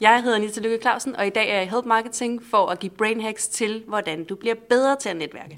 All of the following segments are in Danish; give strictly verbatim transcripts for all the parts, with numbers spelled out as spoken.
Jeg hedder Anita Lykke Clausen, og i dag er jeg i Help Marketing for at give brain hacks til, hvordan du bliver bedre til at netværke.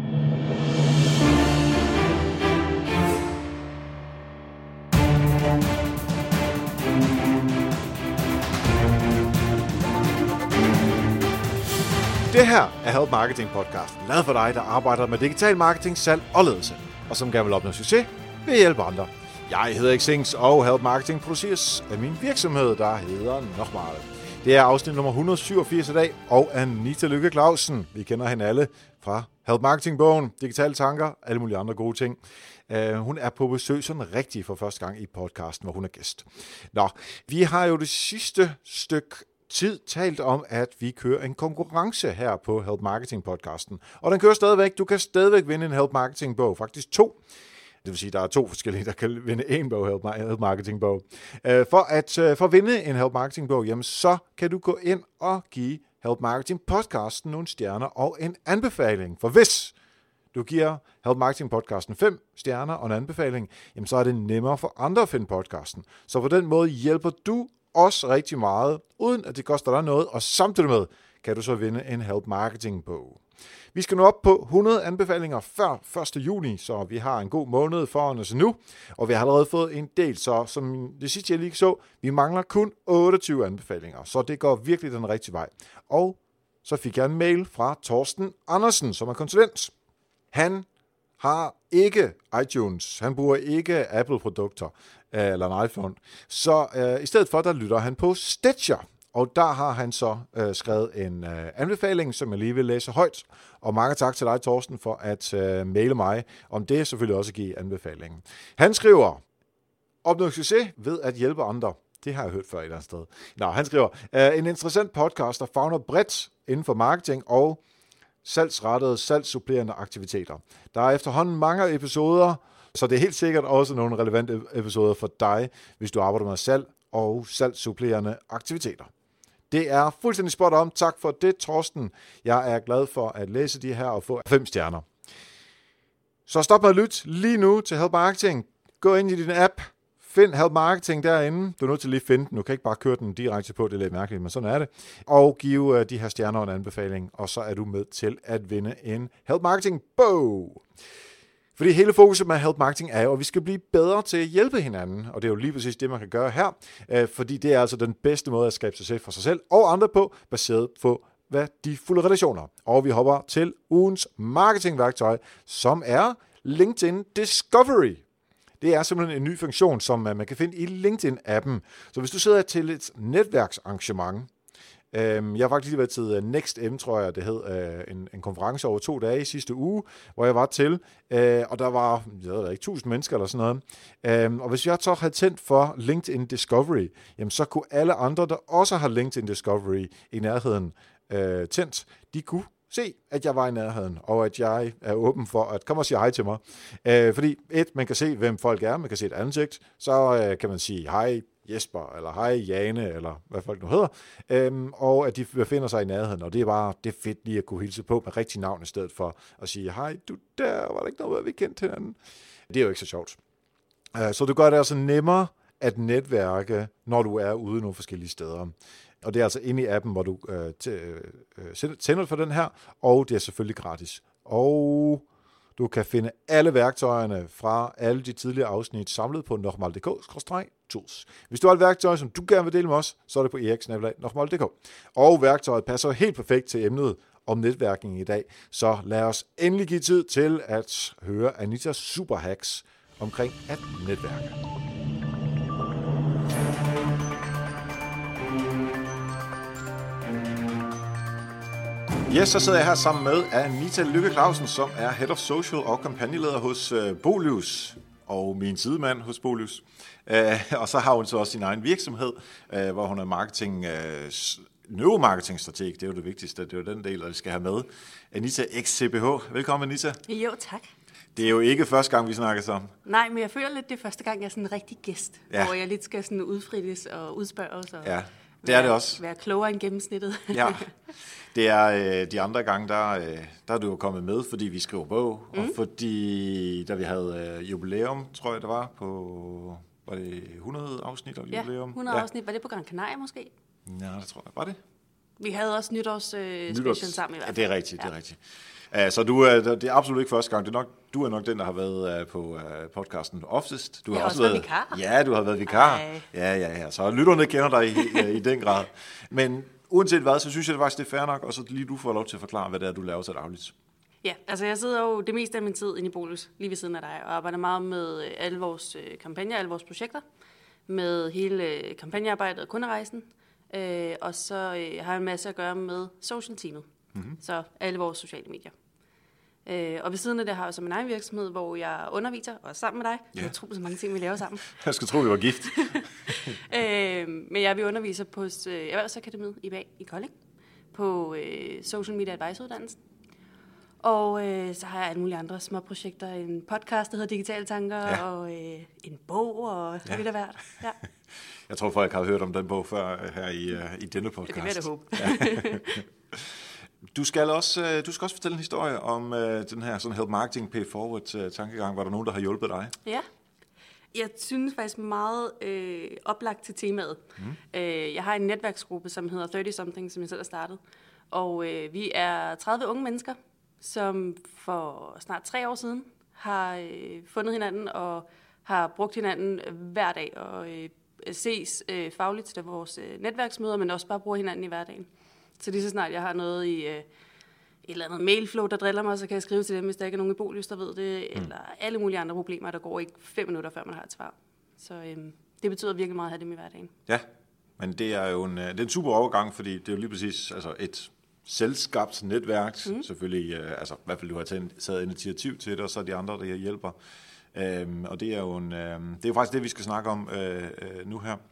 Det her er Help Marketing podcast, lavet for dig, der arbejder med digital marketing, salg og ledelse, og som gerne vil opnå succes ved at hjælpe andre. Jeg hedder Xings, og Help Marketing produceres af min virksomhed, der hedder Nochmal. Det er afsnit nummer et hundrede syvogfirs i dag, og Anita Lykke Clausen. Vi kender hende alle fra Help Marketing-bogen, digitale tanker, alle mulige andre gode ting. Uh, hun er på besøg sådan rigtig for første gang i podcasten, hvor hun er gæst. Nå, vi har jo det sidste stykke tid talt om, at vi kører en konkurrence her på Help Marketing podcasten. Og den kører stadigvæk. Du kan stadigvæk vinde en Help Marketing bog. Faktisk to. Det vil sige, at der er to forskellige, der kan vinde en bog, Help Marketing bog. For at, for at vinde en Help Marketing bog, jamen, så kan du gå ind og give Help Marketing podcasten nogle stjerner og en anbefaling. For hvis du giver Help Marketing podcasten fem stjerner og en anbefaling, jamen, så er det nemmere for andre at finde podcasten. Så på den måde hjælper du også rigtig meget, uden at det koster dig noget, og samtidig med kan du så vinde en Help Marketing bog. Vi skal nå op på hundrede anbefalinger før første juni, så vi har en god måned foran os nu, og vi har allerede fået en del, så som det sidste jeg lige så, vi mangler kun otteogtyve anbefalinger, så det går virkelig den rigtige vej. Og så fik jeg en mail fra Torsten Andersen, som er konsulent. Han har ikke iTunes, han bruger ikke Apple-produkter eller en iPhone, så øh, i stedet for, der lytter han på Stitcher. Og der har han så øh, skrevet en øh, anbefaling, som jeg lige vil læse højt. Og mange tak til dig, Torsten, for at øh, maile mig om det, selvfølgelig også give anbefalingen. Han skriver, opnå succes ved at hjælpe andre. Det har jeg hørt før et eller andet sted. Nå, han skriver, øh, en interessant podcast, der favner bredt inden for marketing og salgsrettede, salgssupplerende aktiviteter. Der er efterhånden mange episoder, så det er helt sikkert også nogle relevante episoder for dig, hvis du arbejder med salg og salgssupplerende aktiviteter. Det er fuldstændig spot on. Tak for det, Torsten. Jeg er glad for at læse de her og få fem stjerner. Så stop med at lytte lige nu til Help Marketing. Gå ind i din app. Find Help Marketing derinde. Du er nødt til lige at finde den. Du kan ikke bare køre den direkte på. Det er lidt mærkeligt, men sådan er det. Og give de her stjerner en anbefaling. Og så er du med til at vinde en Help Marketing bog. Fordi hele fokuset med Help Marketing er jo, at vi skal blive bedre til at hjælpe hinanden. Og det er jo lige præcis det, man kan gøre her. Fordi det er altså den bedste måde at skabe succes for sig selv og andre på, baseret på værdifulde relationer. Og vi hopper til ugens marketingværktøj, som er LinkedIn Discovery. Det er simpelthen en ny funktion, som man kan finde i LinkedIn-appen. Så hvis du sidder til et netværksarrangement, jeg har faktisk lige været til Next M, tror jeg, det hed, en, en konference over to dage i sidste uge, hvor jeg var til, og der var, jeg ved ikke, tusind mennesker eller sådan noget. Og hvis jeg så havde tændt for LinkedIn Discovery, jamen så kunne alle andre, der også har LinkedIn Discovery i nærheden tændt, de kunne se, at jeg var i nærheden, og at jeg er åben for at komme og sige hej til mig. Fordi et, man kan se, hvem folk er, man kan se et ansigt, så kan man sige hej Jesper, eller hej Jane, eller hvad folk nu hedder, øhm, og at de befinder sig i nærheden, og det er bare, det er fedt lige at kunne hilse på med rigtig navn, i stedet for at sige, hej, du der, var der ikke noget, vi kendte hinanden? Det er jo ikke så sjovt. Uh, så du gør det altså nemmere at netværke, når du er ude nogle forskellige steder. Og det er altså inde i appen, hvor du uh, t- uh, tænder for den her, og det er selvfølgelig gratis. Og du kan finde alle værktøjerne fra alle de tidligere afsnit samlet på nochmal punktum d k skråstreg tools. Hvis du har et værktøj, som du gerne vil dele med os, så er det på erik snabel-a nochmal punktum d k. Og værktøjet passer helt perfekt til emnet om netværking i dag. Så lad os endelig give tid til at høre Anitas superhacks omkring at netværke. Yes, så sidder jeg her sammen med Anita Lykke Clausen, som er Head of Social og kampagneleder hos uh, Bolivs, og min sidemand hos Bolivs. Uh, og så har hun så også sin egen virksomhed, uh, hvor hun er marketing, uh, neuromarketingstrateg. Det er jo det vigtigste, det er jo den del, vi skal have med. Anita X C B H. Velkommen, Anita. Jo, tak. Det er jo ikke første gang, vi snakker sammen. Nej, men jeg føler lidt, det er første gang, jeg er sådan en rigtig gæst, ja. hvor jeg lidt skal sådan udfrittes og udspørges. Og ja, det er det også. Være klogere end gennemsnittet. Ja, det er øh, de andre gange, der, øh, der er du jo kommet med, fordi vi skriver bog, mm. og fordi, da vi havde øh, jubilæum, tror jeg det var, på, var det hundrede afsnit af ja, jubilæum? hundrede ja. afsnit. Var det på Gran Canaria måske? Ja, det tror jeg. Var det? Vi havde også nytårs øh, special sammen i hvert fald. Ja, det er rigtigt, ja. det er rigtigt. Uh, så du er, det er absolut ikke første gang. Det er nok, du er nok den, der har været uh, på uh, podcasten oftest. Du jeg har også været været vikar. Ja, du har været vikar. Ej. Ja, ja, ja. Så lytterne kender dig i, i den grad. Men uanset hvad, så synes jeg det faktisk, det er fair nok, og så lige du får lov til at forklare, hvad det er, du laver til dagligt. Ja, altså jeg sidder jo det meste af min tid inde i Bolus, lige ved siden af dig, og arbejder meget med alle vores øh, kampagner, alle vores projekter, med hele øh, kampagnearbejdet og kunderejsen, øh, og så øh, har jeg en masse at gøre med social teamet, mm-hmm. så alle vores sociale medier. Øh, og ved siden af det har jeg så min egen virksomhed, hvor jeg underviser, og sammen med dig. Ja. Jeg tror så mange ting, vi laver sammen. Jeg skulle tro, vi var gift. øh, men jeg vil undervise på øh, Erhvervsakademiet i bag i Kolding, på øh, Social Media Advice-uddannelsen. Og øh, så har jeg alle mulige andre små projekter. En podcast, der hedder Digitale Tanker, ja. og øh, en bog, og ja. lidt af hvert. Ja. Jeg tror folk har hørt om den bog før her i, uh, i denne podcast. Det vil jeg da håbe. Ja. Du skal også, du skal også fortælle en historie om uh, den her sådan Help Marketing Pay Forward uh, tankegang. Var der nogen, der har hjulpet dig? Ja. Jeg synes faktisk meget øh, oplagt til temaet. Mm. Øh, jeg har en netværksgruppe, som hedder thirty something, som jeg selv har startet. Og øh, vi er tredive unge mennesker, som for snart tre år siden har øh, fundet hinanden og har brugt hinanden hver dag og øh, ses øh, fagligt til vores øh, netværksmøder, men også bare bruger hinanden i hverdagen. Så lige så snart jeg har noget i øh, et eller andet mailflow, der driller mig, så kan jeg skrive til dem, hvis der ikke er nogen i Bolus, der ved det, mm. eller alle mulige andre problemer, der går ikke fem minutter, før man har et svar. Så øh, det betyder virkelig meget at have dem i hverdagen. Ja, men det er jo en, det er en super overgang, fordi det er jo lige præcis altså et selvskabt netværk, mm. selvfølgelig, øh, altså i hvert fald du har taget, taget initiativ til det, og så er de andre, der hjælper. Øhm, og det er jo en, øh, det er jo faktisk det, vi skal snakke om øh, øh, nu her.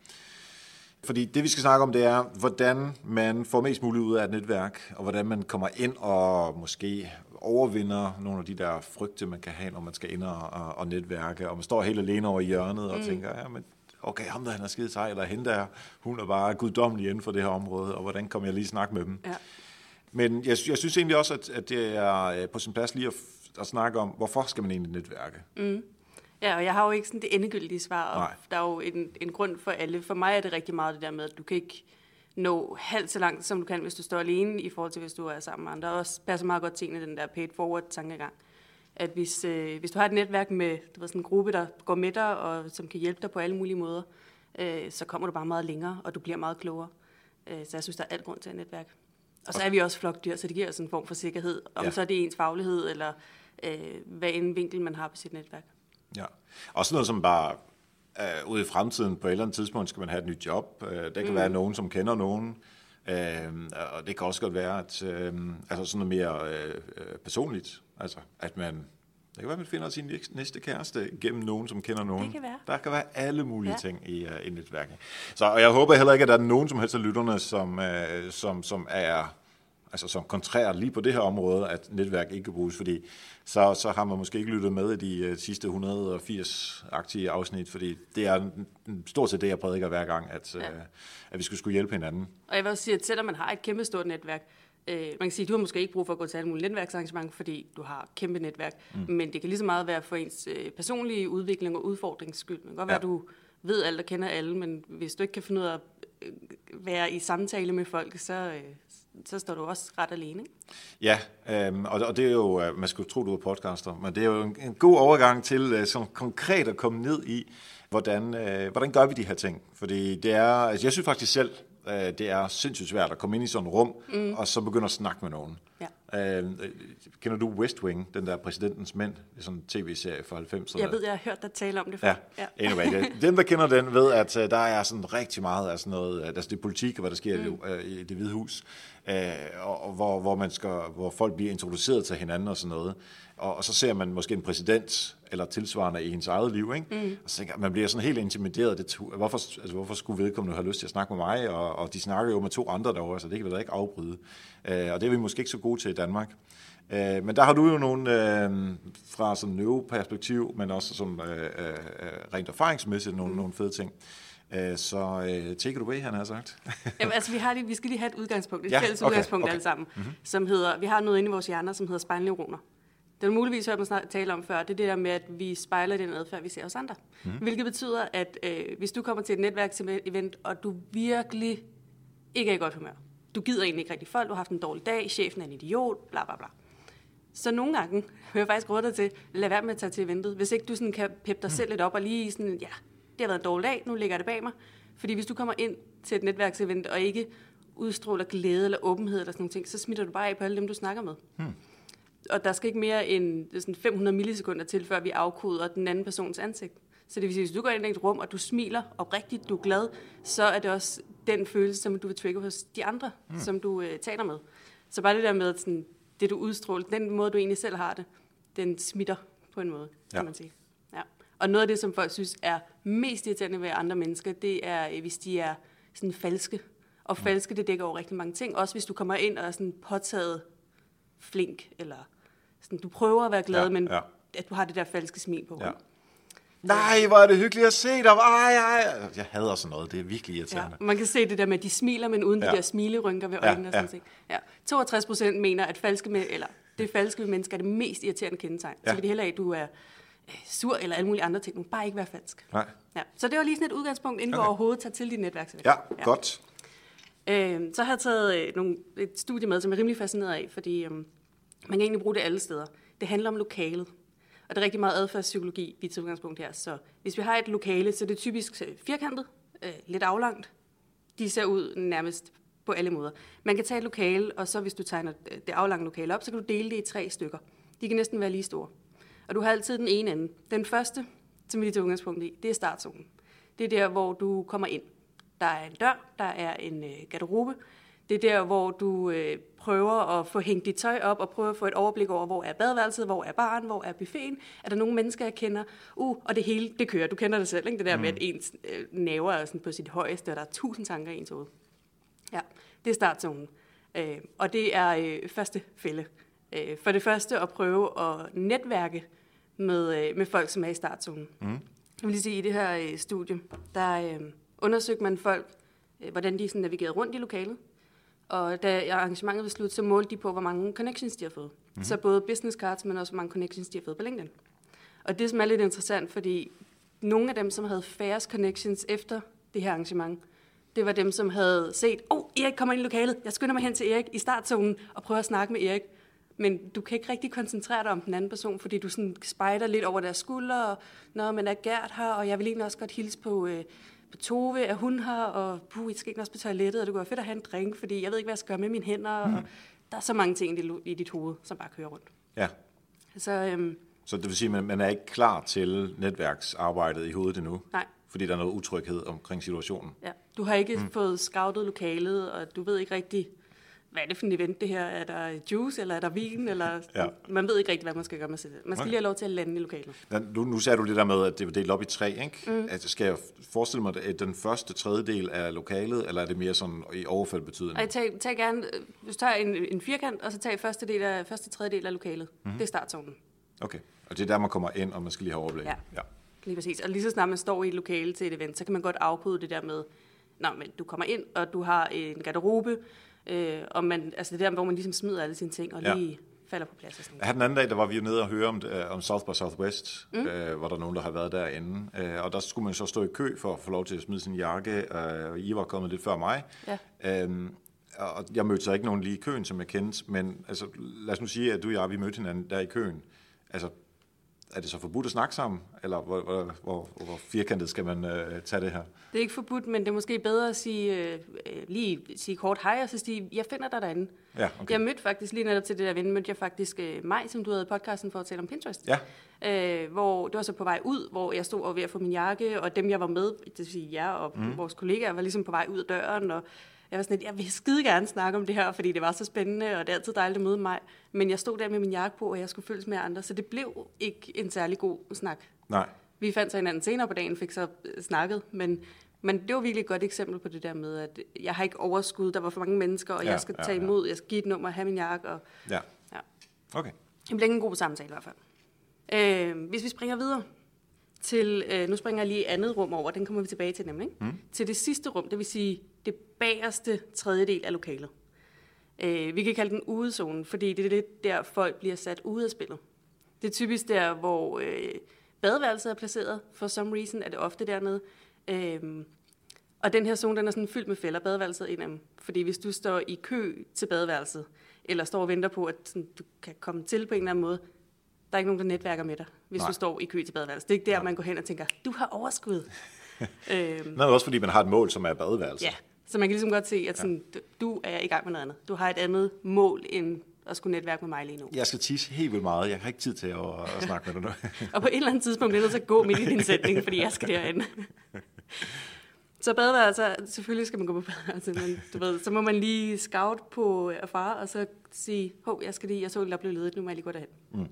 Fordi det, vi skal snakke om, det er, hvordan man får mest muligt ud af et netværk, og hvordan man kommer ind og måske overvinder nogle af de der frygte, man kan have, når man skal ind og, og, og netværke, og man står helt alene over i hjørnet og mm. tænker, ja, men okay, ham der han er skide sej, eller hende der, hun er bare guddommelig inden for det her område, og hvordan kommer jeg lige snakke med dem? Ja. Men jeg, jeg synes egentlig også, at, at det er på sin plads lige at, at snakke om, hvorfor skal man egentlig netværke? Mm. Ja, og jeg har jo ikke sådan det endegyldige svar, og Nej. der er jo en, en grund for alle. For mig er det rigtig meget det der med, at du kan ikke nå halvt så langt, som du kan, hvis du står alene, i forhold til, hvis du er sammen med andre. Og også passer meget godt til en af den der paid forward tankegang. At hvis, øh, hvis du har et netværk med du ved, sådan en gruppe, der går med dig, og som kan hjælpe dig på alle mulige måder, øh, så kommer du bare meget længere, og du bliver meget klogere. Øh, så jeg synes, der er alt grund til et netværk. Og så er vi også flokdyr, så det giver os en form for sikkerhed. Om ja. så er det ens faglighed, eller øh, hvad en vinkel man har på sit netværk. Ja, og sådan noget som bare øh, ude i fremtiden, på et eller andet tidspunkt skal man have et nyt job. Øh, der kan mm. være nogen, som kender nogen. Øh, og det kan også godt være, at øh, altså sådan noget mere øh, personligt. Altså, at man, det kan være, at man finder sin næste kæreste gennem nogen, som kender nogen. Det kan være. Der kan være alle mulige ja. ting i, uh, i netværket. Så, og jeg håber heller ikke, at der er nogen som helst af lytterne, som, uh, som, som er... altså som kontrærer lige på det her område, at netværk ikke kan bruges, fordi så, så har man måske ikke lyttet med i de uh, sidste et hundrede og firs aktive afsnit, fordi det er stort set det, jeg prædiker hver gang, at, ja. uh, at vi skulle, skulle hjælpe hinanden. Og jeg vil også sige, at selvom man har et kæmpe stort netværk, øh, man kan sige, at du har måske ikke brug for at gå til alle mulige netværksarrangementer, fordi du har kæmpe netværk, mm. men det kan lige så meget være for ens øh, personlige udvikling og udfordrings skyld. Det kan godt være, ja. at du ved alt og kender alle, men hvis du ikke kan finde ud af at øh, være i samtale med folk, så... Øh, så står du også ret alene. Ja, øhm, og, og det er jo, man skulle tro, du er podcaster, men det er jo en, en god overgang til øh, som konkret at komme ned i, hvordan, øh, hvordan gør vi de her ting? Fordi det er, altså jeg synes faktisk selv, øh, det er sindssygt svært at komme ind i sådan et rum, mm. og så begynde at snakke med nogen. Ja. Øh, kender du West Wing, den der Præsidentens Mænd, sådan en tv-serie fra halvfemserne? Jeg ved, jeg har hørt dig tale om det før. Ja, ja. Anyway, det, dem der kender den ved, at uh, der er sådan rigtig meget af sådan noget, altså det er politik og hvad der sker mm. i, uh, i Det Hvide Hus, uh, og, og hvor, hvor, man skal, hvor folk bliver introduceret til hinanden og sådan noget. Og, og så ser man måske en præsident eller tilsvarende i hendes eget liv, ikke? Mm. Og så tænker man bliver sådan helt intimideret. Det, hvorfor, altså, hvorfor skulle vedkommende have lyst til at snakke med mig? Og, og de snakker jo med to andre derovre, så det kan vi da ikke afbryde. Uh, og det er vi måske ikke så gode til i Danmark. Uh, men der har du jo nogle uh, fra sådan neuroperspektiv, men også som uh, uh, rent erfaringsmæssigt nogle, mm. nogle fede ting. Uh, så uh, take it away, han har sagt. Jamen, altså, vi, har lige, vi skal lige have et udgangspunkt, et ja, fælles okay, udgangspunkt okay. alle sammen, mm-hmm. som hedder, vi har noget inde i vores hjerner, som hedder spejlneuroner. Det er muligvis hørt man snart tale om før, det er det der med, at vi spejler den adfærd, vi ser hos andre. Mm. Hvilket betyder, at øh, hvis du kommer til et netværksevent, og du virkelig ikke er i godt humør. Du gider egentlig ikke rigtig folk, du har haft en dårlig dag, chefen er en idiot, bla bla bla. Så nogle gange vil jeg faktisk råde dig til, lad være med at tage til eventet. Hvis ikke du sådan kan peppe dig selv lidt op og lige sådan, ja, det har været en dårlig dag, nu ligger jeg det bag mig. Fordi hvis du kommer ind til et netværksevent og ikke udstråler glæde eller åbenhed eller sådan nogle ting, så smitter du bare af på alle dem, du snakker med. Hmm. Og der skal ikke mere end sådan fem hundrede millisekunder til, før vi afkoder den anden persons ansigt. Så det vil sige, hvis du går ind i et rum, og du smiler oprigtigt, du er glad, så er det også den følelse, som du vil trigge hos de andre, hmm. som du øh, taler med. Så bare det der med, sådan, det du udstråler, den måde, du egentlig selv har det, den smitter på en måde, ja. Kan man sige. Ja. Og noget af det, som folk synes er mest irriterende ved andre mennesker, det er, hvis de er sådan falske. Og falske, det dækker over rigtig mange ting. Også hvis du kommer ind og er sådan påtaget flink, eller sådan, du prøver at være glad, ja, men ja. At du har det der falske smil på. Ja. Nej, hvor er det hyggeligt at se dig. Ej, ej. Jeg hader sådan noget. Det er virkelig irriterende. Ja, man kan se det der med, at de smiler, men uden ja. De der smilerynker ved øjnene. Ja, og sådan ja. Ting. Ja. toogtres procent mener, at falske med, eller det falske mennesker er det mest irriterende kendetegn. Ja. Så vil det heller ikke, at du er øh, sur eller alle mulige andre ting. Du må bare ikke være falsk. Nej. Ja. Så det var lige sådan et udgangspunkt, inden okay. du overhovedet tager til dit netværksevent. Ja, ja, godt. Øh, så har jeg taget øh, nogle, et studie med, som jeg er rimelig fascineret af, fordi øh, man kan egentlig bruge det alle steder. Det handler om lokalet. Og det er rigtig meget adfærdspsykologi, vi tager udgangspunkt her. Så hvis vi har et lokale, så er det typisk firkantet, øh, lidt aflangt. De ser ud nærmest på alle måder. Man kan tage et lokale, og så hvis du tegner det aflange lokale op, så kan du dele det i tre stykker. De kan næsten være lige store. Og du har altid den ene ende. Den første, som vi tager udgangspunkt i, det er startzonen. Det er der, hvor du kommer ind. Der er en dør, der er en øh, garderobe. Det er der, hvor du øh, prøver at få hængt dit tøj op, og prøver at få et overblik over, hvor er badeværelset, hvor er baren, hvor er buffeten. Er der nogle mennesker, jeg kender? Uh, og det hele, det kører. Du kender det selv, ikke? Det der mm. med, at ens øh, naver er sådan på sit højeste, og der er tusind tanker i ens hoved. Ja, det er startzonen. Øh, og det er øh, første fælde. Øh, for det første at prøve at netværke med, øh, med folk, som er i startzonen. Mm. Jeg vil lige sige, i det her øh, studie, der øh, undersøgte man folk, øh, hvordan de sådan navigerede rundt i lokalet. Og da arrangementet var slut, så målte de på, hvor mange connections de har fået. Mm-hmm. Så både business cards, men også hvor mange connections de har fået på LinkedIn. Og det som er lidt interessant, fordi nogle af dem, som havde færrest connections efter det her arrangement, det var dem, som havde set, åh, oh, Erik kommer ind i lokalet, jeg skynder mig hen til Erik i startzonen og prøver at snakke med Erik. Men du kan ikke rigtig koncentrere dig om den anden person, fordi du sådan spejder lidt over deres skuldre, og når man er Gert her, og jeg vil egentlig også godt hilse på... Øh, på Tove, er hun her, og puh, jeg skal ikke også på toilettet, og det kunne være fedt at have en drink, fordi jeg ved ikke, hvad jeg skal gøre med mine hænder, mm. og der er så mange ting i dit hoved, som bare kører rundt. Ja. Så, øhm, så det vil sige, at man er ikke klar til netværksarbejdet i hovedet endnu? Nej. Fordi der er noget utryghed omkring situationen? Ja, du har ikke mm. fået scoutet lokalet, og du ved ikke rigtig, hvad er det for en event det her? Er der juice, eller er der vin? Eller ja. Man ved ikke rigtig, hvad man skal gøre med sig. Man skal okay. lige have lov til at lande i lokalet. Ja, nu, nu sagde du det der med, at det var delt op i tre, ikke? Mm. Altså, skal jeg forestille mig, at den første tredjedel er lokalet, eller er det mere sådan i overført betydning? Ej, tag, tag gerne, hvis du tager en, en firkant, og så tag første, del af, første tredjedel af lokalet. Mm. Det er startzonen. Okay, og det er der, man kommer ind, og man skal lige have overblik. Ja. ja, lige præcis. Og lige så snart man står i et lokale til et event, så kan man godt afkode det der med, nå, men du kommer ind, og du har en garderobe, Øh, og man, altså det der, hvor man ligesom smider alle sine ting og lige ja. falder på plads. Og sådan. Her den anden dag, der var vi jo nede og høre om, om South by Southwest, mm. øh, hvor der er nogen, der har været derinde. Øh, og der skulle man så stå i kø for at få lov til at smide sin jakke, øh, og I var kommet lidt før mig. Ja. Øh, og jeg mødte så ikke nogen lige i køen, som jeg kendte, men altså, lad os nu sige, at du og jeg, vi mødte hinanden der i køen. Altså, er det så forbudt at snakke sammen, eller hvor, hvor, hvor, hvor firkantet skal man øh, tage det her? Det er ikke forbudt, men det er måske bedre at sige, øh, lige sige kort hej, og så sige, jeg finder dig derinde. Ja, okay. Jeg mødte faktisk, lige netop til det der ven, mødte jeg faktisk øh, Maj, som du havde podcasten for at tale om Pinterest. Ja. Øh, hvor det var så på vej ud, hvor jeg stod og ved at få min jakke, og dem jeg var med, det vil sige jer og mm. vores kollegaer, var ligesom på vej ud af døren, og jeg var sådan lidt, jeg vil skide gerne snakke om det her, fordi det var så spændende, og det er altid dejligt at møde mig. Men jeg stod der med min jakke på, og jeg skulle følges med andre, så det blev ikke en særlig god snak. Nej. Vi fandt så hinanden senere på dagen, fik så snakket, men, men det var virkelig et godt eksempel på det der med, at jeg har ikke overskud, der var for mange mennesker, og ja, jeg skal ja, tage imod, ja. jeg skal give et nummer, have min jakke. Og, ja. ja, okay. Det bliver ikke en god samtale i hvert fald. Øh, hvis vi springer videre til, øh, nu springer jeg lige andet rum over, den kommer vi tilbage til nemlig, mm. til det sidste rum, det vil sige det bagerste tredjedel af lokalet. Øh, vi kan kalde den udezone, fordi det er lidt der, folk bliver sat ude af spillet. Det er typisk der, hvor øh, badeværelset er placeret. For some reason er det ofte dernede. Øh, Og den her zone, den er sådan fyldt med fælder, badeværelset er en af dem. Fordi hvis du står i kø til badeværelset, eller står og venter på, at sådan, du kan komme til på en eller anden måde, der er ikke nogen, der netværker med dig, hvis Nej. du står i kø til badeværelset. Det er ikke der, Nej. man går hen og tænker, du har overskud. øhm, Nå, også fordi man har et mål, som er badeværelse. Ja, så man kan ligesom godt se, at sådan, ja. du er i gang med noget andet. Du har et andet mål, end at skulle netværke med mig lige nu. Jeg skal tisse helt vildt meget. Jeg har ikke tid til at, at snakke med dig nu. Og på et eller andet tidspunkt bliver jeg nødt til at gå midt i din sætning, fordi jeg skal derhen. Så badeværelser, selvfølgelig skal man gå på badeværelser, men du ved, så må man lige scout på erfare, og så sige, hov, jeg skal lige, jeg så lige, der blev ledet, nu må jeg lige gå derhen. Mm.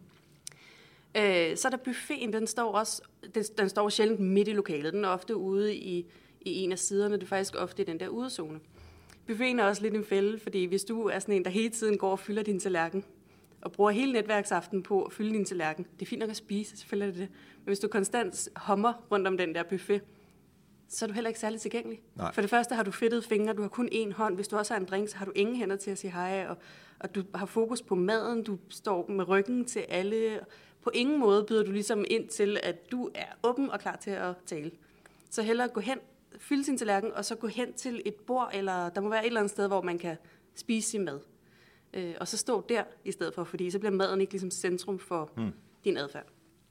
Øh, så er der buffeten, den står også, den, den står sjældent midt i lokalet, den er ofte ude i, i en af siderne, det er faktisk ofte i den der udezone. Buffeten er også lidt en fælde, fordi hvis du er sådan en, der hele tiden går og fylder din tallerken, og bruger hele netværksaften på at fylde din tallerken, det er fint nok at spise, selvfølgelig er det det, men hvis du konstant hummer rundt om den der buffet, så er du heller ikke særlig tilgængelig. Nej. For det første har du fedtede fingre, du har kun én hånd. Hvis du også har en drink, så har du ingen hænder til at sige hej, og, og du har fokus på maden, du står med ryggen til alle. På ingen måde byder du ligesom ind til, at du er åben og klar til at tale. Så hellere gå hen, fylde sin tallerken, og så gå hen til et bord, eller der må være et eller andet sted, hvor man kan spise sin mad. Øh, og så stå der i stedet for, fordi så bliver maden ikke ligesom centrum for hmm. din adfærd.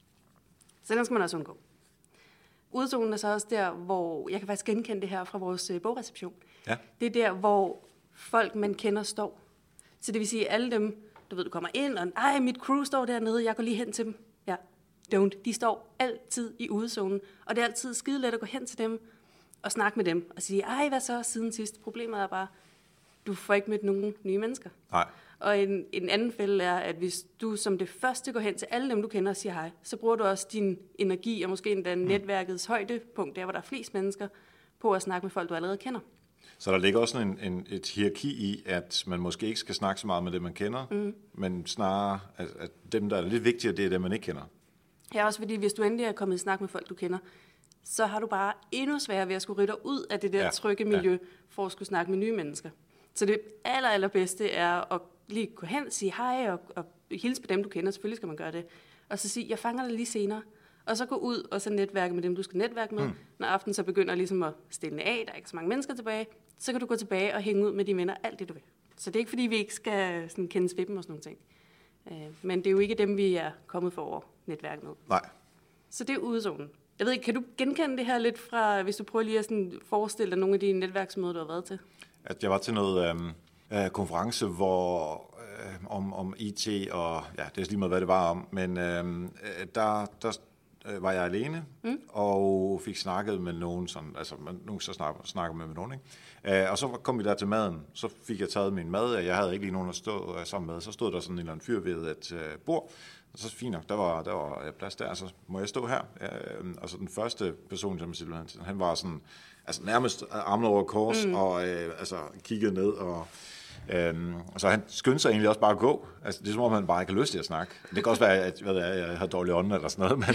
Så den skal man også undgå. Udzonen er så også der, hvor jeg kan faktisk genkende det her fra vores øh, bogreception. Ja. Det er der, hvor folk, man kender, står. Så det vil sige, alle dem, du ved, du kommer ind, og ej, mit crew står dernede, jeg går lige hen til dem. Ja, don't. De står altid i udzonen, og det er altid skide let at gå hen til dem og snakke med dem og sige, ej, hvad så siden sidst? Problemet er bare, du får ikke mødt nogen nye mennesker. Nej. Og en, en anden fælde er, at hvis du som det første går hen til alle dem, du kender og siger hej, så bruger du også din energi og måske endda netværkets højdepunkt, der hvor der er flest mennesker, på at snakke med folk, du allerede kender. Så der ligger også en, en, et hierarki i, at man måske ikke skal snakke så meget med det, man kender, mm. men snarere, at, at dem, der er lidt vigtigere, det er dem, man ikke kender. Ja, også fordi, hvis du endelig er kommet i snak med folk, du kender, så har du bare endnu sværere ved at skulle rydde dig ud af det der ja. trygge miljø, ja. for at skulle snakke med nye mennesker. Så det aller, allerbedste er at lige gå hen, sige hej og, og hilse på dem, du kender. Selvfølgelig skal man gøre det. Og så sige, jeg fanger dig lige senere. Og så gå ud og så netværke med dem, du skal netværke med. Mm. Når aftenen så begynder ligesom at stille af, der er ikke så mange mennesker tilbage, så kan du gå tilbage og hænge ud med dine venner alt det, du vil. Så det er ikke, fordi vi ikke skal sådan, kendes ved dem og sådan nogle ting. Uh, men det er jo ikke dem, vi er kommet for at netværke med. Nej. Så det er udzonen. Jeg ved ikke, kan du genkende det her lidt fra, hvis du prøver lige at sådan forestille dig nogle af de netværksmøder, du har været til? At jeg var til noget øh, konference, hvor øh, om, om I T, og ja, det er lige meget, hvad det var om, men øh, der, der øh, var jeg alene, mm. og fik snakket med nogen, sådan, altså nogen så snakker, snakker med, med nogen, ikke? Øh, og så kom vi der til maden, så fik jeg taget min mad, jeg havde ikke lige nogen at stå øh, sammen med, så stod der sådan en eller anden fyr ved et øh, bord, og så fint nok, der var, der var plads der, så må jeg stå her. Øh, og så den første person, som siger, han, han var sådan, altså nærmest armene over kors, mm. og øh, altså kiggede ned, og øhm, så han skyndte sig egentlig også bare at gå. Altså, det er som om, han bare ikke har lyst til at snakke. Det kan også være, at hvad det er, jeg har dårlig ånd eller sådan noget, men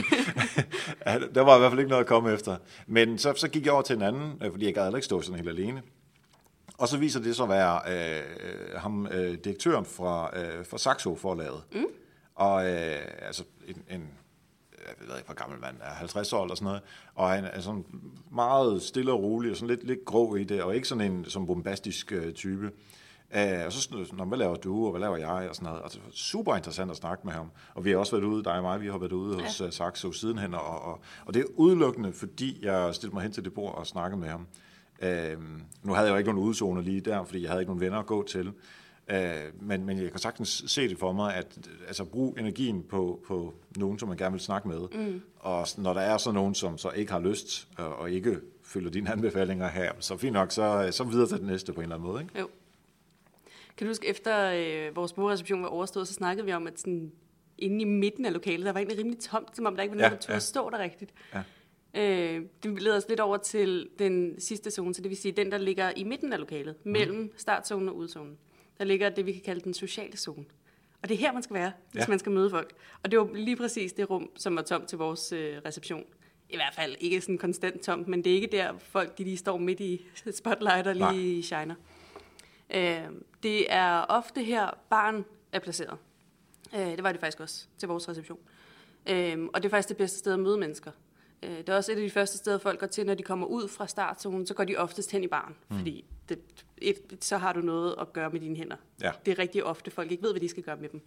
der var i hvert fald ikke noget at komme efter. Men så, så gik jeg over til en anden, fordi jeg gad heller ikke stå sådan helt alene. Og så viser det så at være øh, ham, øh, direktøren fra, øh, fra Saxo-forlaget. Mm. Og øh, altså en, en jeg ved ikke, hvor gammel man er, halvtreds år eller sådan noget, og han er sådan meget stille og rolig, og sådan lidt, lidt grov i det, og ikke sådan en som bombastisk øh, type. Uh, og så sådan, hvad laver du, og hvad laver jeg, og sådan noget. Altså, super interessant at snakke med ham. Og vi har også været ude, dig og mig, vi har været ude ja. hos uh, Saxo sidenhen, og, og, og det er udelukkende, fordi jeg stillede mig hen til det bord og snakkede med ham. Uh, nu havde jeg jo ikke nogen udzone lige der, fordi jeg havde ikke nogen venner at gå til. Uh, men, men jeg kan sagtens se det for mig, at altså, bruge energien på, på nogen, som man gerne vil snakke med. Mm. Og når der er så nogen, som så ikke har lyst, og, og ikke følger dine anbefalinger her, så fint nok, så, så videre til det næste på en eller anden måde, ikke? Jo. Kan du huske, efter øh, vores bogreception var overstået, så snakkede vi om, at sådan, inde i midten af lokalet, der var egentlig rimelig tomt, som om der ikke var nogen, ja, der turde ja. stå der rigtigt. Ja. Øh, det leder os lidt over til den sidste zone, så det vil sige den, der ligger i midten af lokalet, mm. mellem startzonen og udzonen. Der ligger det, vi kan kalde den sociale zone. Og det er her, man skal være, hvis ja. man skal møde folk. Og det var lige præcis det rum, som var tomt til vores øh, reception. I hvert fald ikke sådan konstant tomt, men det er ikke der, folk de lige står midt i spotlight og lige Nej. shiner. Det er ofte her, barn er placeret. Det var det faktisk også til vores reception. Og det er faktisk det bedste sted at møde mennesker. Det er også et af de første steder, folk går til, når de kommer ud fra startzonen, så går de oftest hen i baren, mm. fordi det, et, så har du noget at gøre med dine hænder. Ja. Det er rigtig ofte, folk ikke ved, hvad de skal gøre med dem.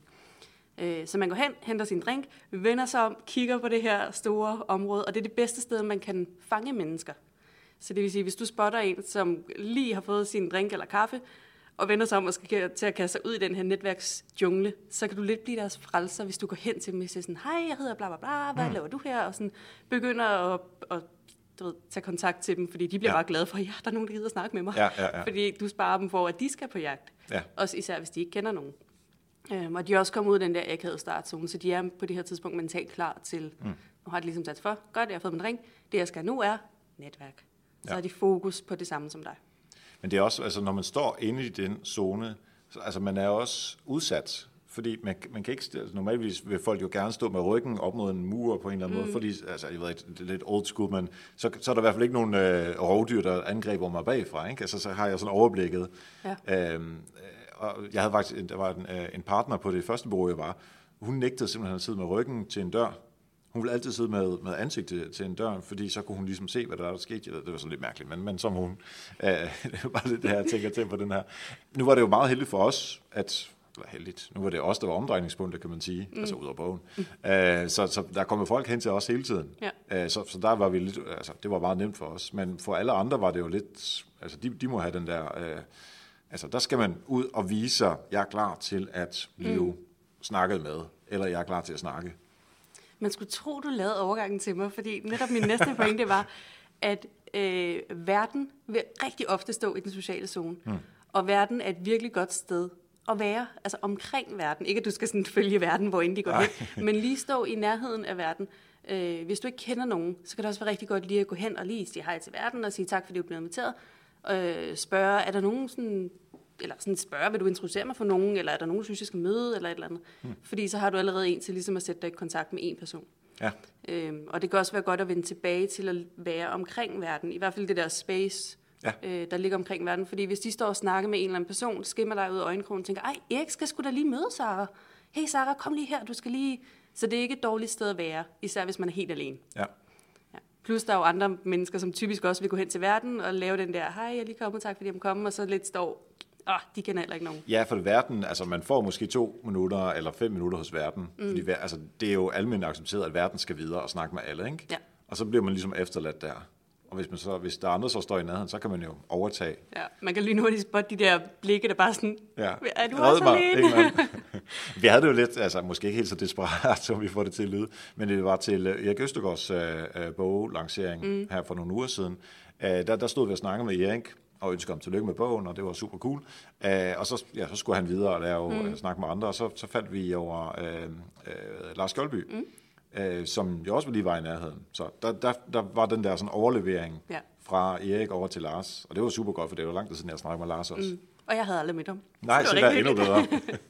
Så man går hen, henter sin drink, vender sig om, kigger på det her store område, og det er det bedste sted, man kan fange mennesker. Så det vil sige, hvis du spotter en, som lige har fået sin drink eller kaffe, og vender sig om og skal til at kaste sig ud i den her netværksjungle, så kan du lidt blive deres frelser, hvis du går hen til dem og siger sådan, hej, jeg hedder bla bla bla, hvad mm. laver du her? Og sådan begynder at, at du ved, tage kontakt til dem, fordi de bliver ja. bare glade for, ja, der er nogen, der gider at snakke med mig. Ja, ja, ja. Fordi du sparer dem for, at de skal på jagt. Ja. Også især, hvis de ikke kender nogen. Øhm, og de er også kommet ud af den der akavede startzone, så de er på det her tidspunkt mentalt klar til, mm. nu har de ligesom sat for, godt, jeg har fået min ring, det jeg skal nu er netværk. Så ja. har de fokus på det samme som dig. Men det er også, altså når man står inde i den zone, så, altså man er også udsat, fordi man, man kan ikke, altså normalvis vil folk jo gerne stå med ryggen op mod en mur på en eller anden mm. måde, fordi, altså jeg ved ikke, det er lidt old school, men så, så er der i hvert fald ikke nogen øh, rovdyr, der angriber mig bagfra, ikke? Altså så har jeg sådan overblikket. Ja. Øhm, og jeg havde faktisk, der var en, en partner på det første bureau, jeg var, hun nægtede simpelthen at sidde med ryggen til en dør. Hun ville altid sidde med, med ansigt til, til en dør, fordi så kunne hun ligesom se, hvad der, der skete. Det var sådan lidt mærkeligt, men, men som hun... Øh, det var bare lidt det her, jeg tænker til på den her. Nu var det jo meget heldigt for os, at... Eller heldigt. Nu var det os, der var omdrejningspunktet, kan man sige. Mm. Altså ud af bogen. Mm. Øh, så, så der kom folk hen til os hele tiden. Ja. Øh, så, så der var vi lidt... Altså, det var meget nemt for os. Men for alle andre var det jo lidt... Altså, de, de må have den der... Øh, altså, der skal man ud og vise sig, jeg er klar til at blive mm. snakket med. Eller jeg er klar til at snakke. Man skulle tro, du lavede overgangen til mig, fordi netop min næste pointe var, at øh, verden vil rigtig ofte stå i den sociale zone. Mm. Og verden er et virkelig godt sted at være, altså omkring verden. Ikke at du skal sådan følge verden, hvor de går hen, men lige stå i nærheden af verden. Øh, hvis du ikke kender nogen, så kan det også være rigtig godt lige at gå hen og lige sige hej til verden og sige tak, fordi du er blevet inviteret. Øh, spørge, er der nogen sådan... eller sådan spørge, vil du introducere mig for nogen, eller er der nogen, du synes, jeg skal møde, eller et eller andet. Hmm. Fordi så har du allerede en til ligesom at sætte dig i kontakt med en person. Ja. Øhm, og det kan også være godt at vende tilbage til at være omkring verden, i hvert fald det der space, ja. øh, der ligger omkring verden. Fordi hvis de står og snakker med en eller anden person, skimmer dig ud af øjenkrogen og tænker, ej, Erik skal sgu da lige møde Sara. Hey Sara, kom lige her, du skal lige... Så det er ikke et dårligt sted at være, især hvis man er helt alene. Ja. Ja. Plus der er jo andre mennesker, som typisk også vil gå hen til verden og lave den der, hej, jeg er lige kommet, tak fordi jeg må komme, og så lidt står... Åh, oh, de kender heller ikke nogen. Ja, for verden, altså man får måske to minutter eller fem minutter hos verden. Mm. Fordi altså, det er jo almindeligt accepteret, at verden skal videre og snakke med alle, ikke? Ja. Og så bliver man ligesom efterladt der. Og hvis, man så, hvis der er andre, så står i nærheden, så kan man jo overtage. Ja, man kan lynhurtigt spotte de der blikke, der bare sådan, ja. Er du også alene? Vi havde det jo lidt, altså måske ikke helt så desperat, som vi får det til at lyde, men det var til Erik Østergaards øh, boglancering mm. her for nogle uger siden. Øh, der, der stod vi og snakkede med Erik, og ønsker ham tillykke med bogen, og det var super cool. Uh, og så, ja, så skulle han videre og lave, mm. uh, snakke med andre, og så, så faldt vi over uh, uh, Lars Skjoldby, mm. uh, som jo også lige var i nærheden. Så der, der, der var den der sådan overlevering ja. fra Erik over til Lars, og det var super godt, for det var lang tid siden, jeg snakkede med Lars også. Mm. Og jeg havde aldrig mødt ham. Nej, så, så det er endnu bedre.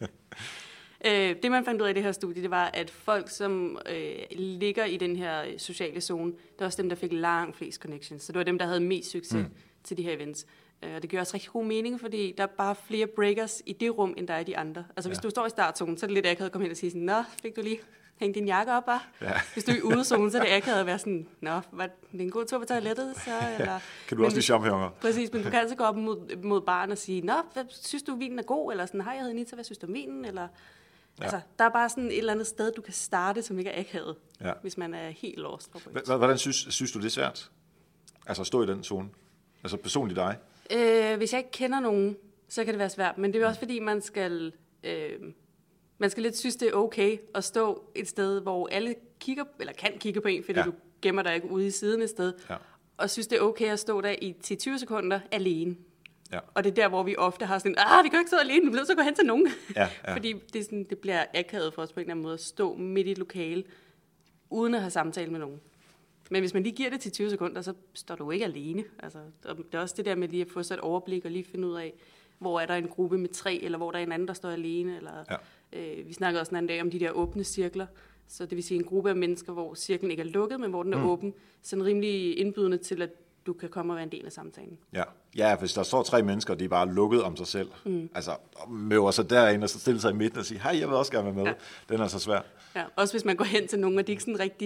uh, det man fandt ud af i det her studie, det var, at folk, som uh, ligger i den her sociale zone, det var også dem, der fik langt flest connections, så det var dem, der havde mest succes. Mm. til de her events. Og det gør også rigtig god mening, fordi der er bare flere breakers i det rum, end der er i de andre. Altså hvis ja. du står i startzonen, så er det lidt akavet at komme hen og sige sådan, nå, fik du lige hængt din jakke op, bare? Ja. Hvis du er i udezonen, så er det akavet at være sådan, nå, var det en god tur på toilettet? Så, eller... Ja. Kan du også lige champignoner? Præcis, men du kan altså gå op mod, mod baren og sige, nå, hvad, synes du, vinen er god? Eller sådan, hej, jeg hedder Nita, hvad synes du om vinen? Eller... Ja. Altså, der er bare sådan et eller andet sted, du kan starte, som ikke er akavet, ja. hvis man er helt lost. Hvordan synes, synes du, det er svært? Altså at stå i den zone? Altså personligt dig? Øh, hvis jeg ikke kender nogen, så kan det være svært. Men det er også fordi, man skal, øh, man skal lidt synes, det er okay at stå et sted, hvor alle kigger, eller kan kigge på en, fordi ja. du gemmer dig ikke ude i siden et sted. Ja. Og synes, det er okay at stå der i ti til tyve sekunder alene. Ja. Og det er der, hvor vi ofte har sådan, ah, vi kan jo ikke stå alene, vi bliver så gå hen til nogen. Ja, ja. Fordi det, er sådan, det bliver akavet for os på en eller anden måde at stå midt i et lokale, uden at have samtale med nogen. Men hvis man lige giver det til tyve sekunder, så står du ikke alene. Altså, det er også det der med lige at få sig et overblik og lige finde ud af, hvor er der en gruppe med tre, eller hvor der er en anden, der står alene. Eller, ja. øh, vi snakkede også en anden dag om de der åbne cirkler. Så det vil sige en gruppe af mennesker, hvor cirklen ikke er lukket, men hvor den er mm. åben. Sådan rimelig indbydende til, at du kan komme og være en del af samtalen. Ja, ja, hvis der står tre mennesker, de er bare lukket om sig selv. Mm. Altså, møver sig derind og så stille sig i midten og sige, hej, jeg vil også gerne være med. Ja. Den er så svær. Ja, også hvis man går hen til nogen, og de ikke sådan rigtig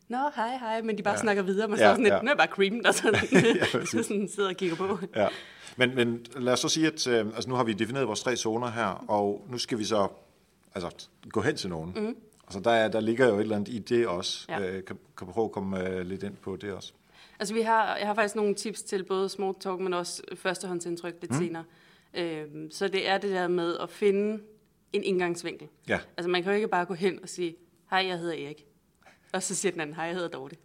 nå, hej, hej, men de bare ja. snakker videre, man ja, står sådan lidt, ja. nu er jeg bare creamen, og sådan, ja, så sådan sidder og kigger på. Ja. Men, men lad os så sige, at øh, altså nu har vi defineret vores tre zoner her, og nu skal vi så altså, gå hen til nogen. Mm. Altså der, der ligger jo et eller andet i det også. Ja. Øh, kan, kan prøve at komme øh, lidt ind på det også? Altså vi har, jeg har faktisk nogle tips til både small talk, men også førstehåndsindtryk lidt mm. senere. Øhm, så det er det der med at finde en indgangsvinkel. Ja. Altså man kan jo ikke bare gå hen og sige, hej, jeg hedder Erik. Og så siger den anden, hej, jeg hedder Dorte.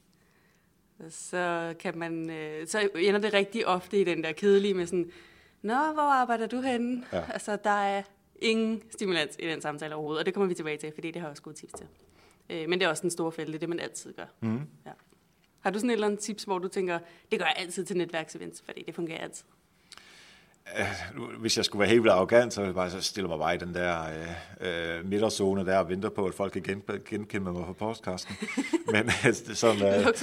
Så kan man, øh, så ender det rigtig ofte i den der kedelige med sådan, nå, hvor arbejder du henne? Ja. Altså der er ingen stimulans i den samtale overhovedet, og det kommer vi tilbage til, fordi det har jeg også gode tips til. Øh, men det er også den store fælde, det er det, man altid gør. Mm. Ja. Har du sådan et eller andet tips, hvor du tænker, det gør jeg altid til netværksevents, fordi det fungerer altid? Hvis jeg skulle være helt vildt arrogant, så ville jeg bare så stille mig bare i den der øh, øh, midterzone der og venter på, at folk kan gen, genkende mig på podcasten. Men sådan, øh,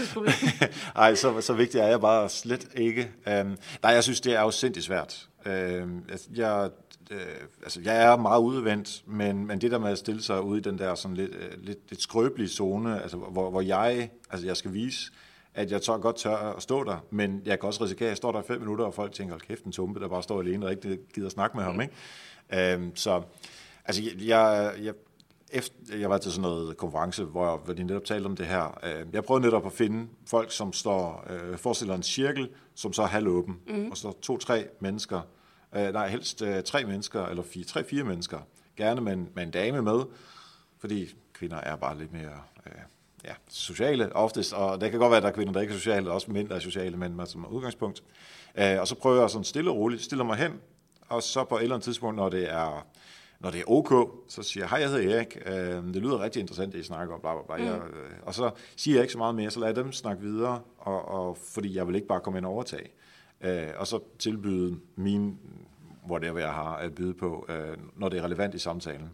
ej, så, så vigtigt er jeg bare slet ikke. Øh, nej, jeg synes, det er jo sindssygt svært. Øh, jeg, øh, altså, jeg er meget udadvendt, men, men det der med at stille sig ude i den der sådan lidt, øh, lidt, lidt skrøbelige zone, altså, hvor, hvor jeg, altså, jeg skal vise, at jeg tør godt tør at stå der, men jeg kan også risikere, at jeg står der i fem minutter, og folk tænker, hold kæft, en tumpe, der bare står alene og ikke gider snakke med ham, ikke? Øhm, så, altså, jeg, jeg, efter, jeg var til sådan noget konference, hvor, hvor de netop talte om det her. Jeg prøvede netop at finde folk, som står, øh, forestiller en cirkel, som så er halvåben, mm. og så to-tre mennesker, øh, nej, helst øh, tre mennesker, eller fire, tre-fire mennesker, gerne med en, med en dame med, fordi kvinder er bare lidt mere... Øh, Ja, sociale oftest, og det kan godt være, at der er kvinder, der ikke er sociale, og også mænd, der er sociale, men som udgangspunkt. Øh, og så prøver jeg sådan stille og roligt, stiller mig hen, og så på et eller andet tidspunkt, når det er, når det er ok, så siger jeg, hej, jeg hedder Erik, øh, det lyder rigtig interessant, det I snakker om, bla, bla, bla. Mm. Jeg, øh, og så siger jeg ikke så meget mere, så lader jeg dem snakke videre, og, og, fordi jeg vil ikke bare komme ind og overtage. Øh, og så tilbyde mine, whatever jeg har at byde på, øh, når det er relevant i samtalen.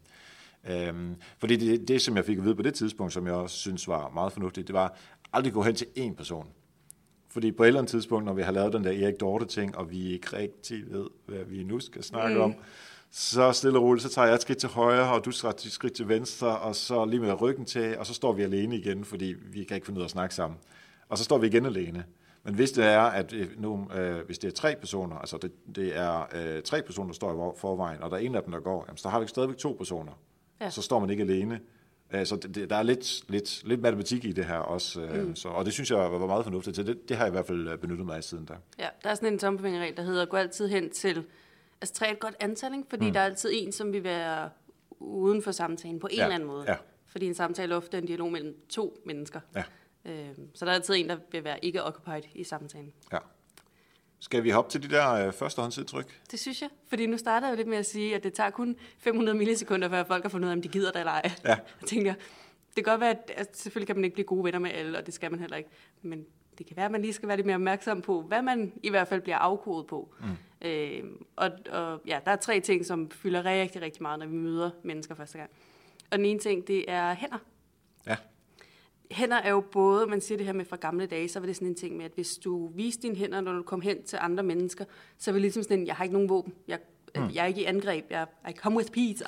Øhm, fordi det, det, som jeg fik at vide på det tidspunkt, som jeg også synes var meget fornuftigt, det var aldrig gå hen til én person. Fordi på et eller andet tidspunkt, når vi har lavet den der Erik Dorte-ting, og vi ikke rigtig ved, hvad vi nu skal snakke mm. om, så stille og roligt, så tager jeg et skridt til højre, og du tager et skridt til venstre, og så lige med ryggen til, og så står vi alene igen, fordi vi kan ikke finde ud af at snakke sammen. Og så står vi igen alene. Men hvis det er, at nu, øh, hvis det er tre personer, altså det, det er øh, tre personer, der står i forvejen, og der er en af dem, der går, jamen, så har vi stadigvæk to personer. Ja. Så står man ikke alene. Så det, det, der er lidt, lidt, lidt matematik i det her også. Mm. Så, og det synes jeg var meget fornuftigt. Så det, det har jeg i hvert fald benyttet mig af siden da. Ja, der er sådan en tommelfingerregel, der hedder, gå altid hen til, altså træ et godt antal, ikke? Fordi mm. der er altid en, som vil være uden for samtalen på en ja. eller anden måde. Ja. Fordi en samtale ofte er en dialog mellem to mennesker. Ja. Øhm, så der er altid en, der vil være ikke occupied i samtalen. Ja. Skal vi hoppe til de der øh, førstehåndsindtryk? Det synes jeg, fordi nu starter jeg jo lidt med at sige, at det tager kun fem hundrede millisekunder, før folk har fundet ud af, om de gider det eller ej. Ja. Jeg tænker, det kan godt være, at altså, selvfølgelig kan man ikke blive gode venner med alle, og det skal man heller ikke. Men det kan være, at man lige skal være lidt mere opmærksom på, hvad man i hvert fald bliver afkodet på. Mm. Øh, og, og ja, der er tre ting, som fylder rigtig, rigtig meget, når vi møder mennesker første gang. Og den ene ting, det er hænder. Ja. Hænder er jo både, man siger det her med fra gamle dage, så var det sådan en ting med, at hvis du viste dine hænder, når du kom hen til andre mennesker, så var det ligesom sådan en, jeg har ikke nogen våben, jeg, mm. jeg er ikke i angreb, jeg I come with peace.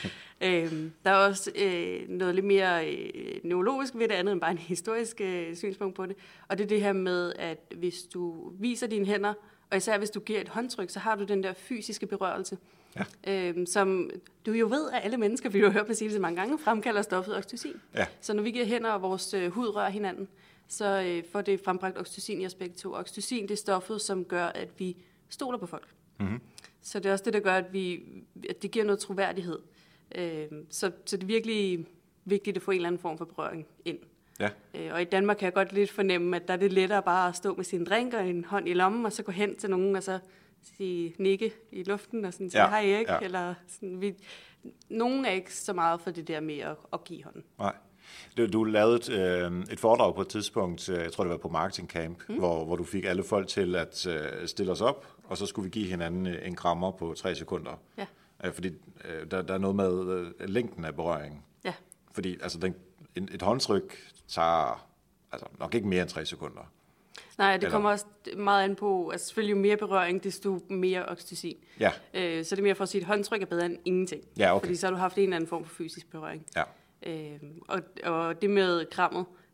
øhm, der er også øh, noget lidt mere øh, neurologisk ved det andet, end bare en historisk øh, synspunkt på det. Og det er det her med, at hvis du viser dine hænder, og især hvis du giver et håndtryk, så har du den der fysiske berørelse. Ja. Øhm, som du jo ved, at alle mennesker, vi har jo hørt mig sige det så mange gange, fremkalder stoffet oxytocin. Ja. Så når vi giver hænder, og vores øh, hud rører hinanden, så øh, får det frembragt oxytocin i os begge to. Oxytocin, det er stoffet, som gør, at vi stoler på folk. Mm-hmm. Så det er også det, der gør, at, vi, at det giver noget troværdighed. Øhm, så, så det er virkelig vigtigt at få en eller anden form for berøring ind. Ja. Øh, og i Danmark kan jeg godt lidt fornemme, at der er det lettere bare at stå med sin drink og en hånd i lommen, og så gå hen til nogen, og så sige nikke i luften og sådan sige, ja, hej Erik, ja. Eller sådan, vi, nogen er ikke så meget for det der med at, at give hånden. Nej. Du, du lavede et, øh, et foredrag på et tidspunkt, jeg tror det var på Marketing Camp, mm. hvor, hvor du fik alle folk til at øh, stille os op, og så skulle vi give hinanden en krammer på tre sekunder. Ja. Øh, fordi øh, der, der er noget med øh, længden af berøringen. Ja. Fordi altså, den, en, et håndtryk tager altså, nok ikke mere end tre sekunder. Nej, det kommer også meget an på, altså selvfølgelig jo mere berøring, desto mere oxytocin. Ja. Øh, så det er mere for at sige, at håndtryk er bedre end ingenting. Ja, okay. Fordi så har du haft en eller anden form for fysisk berøring. Ja. Øh, og, og det med krammet,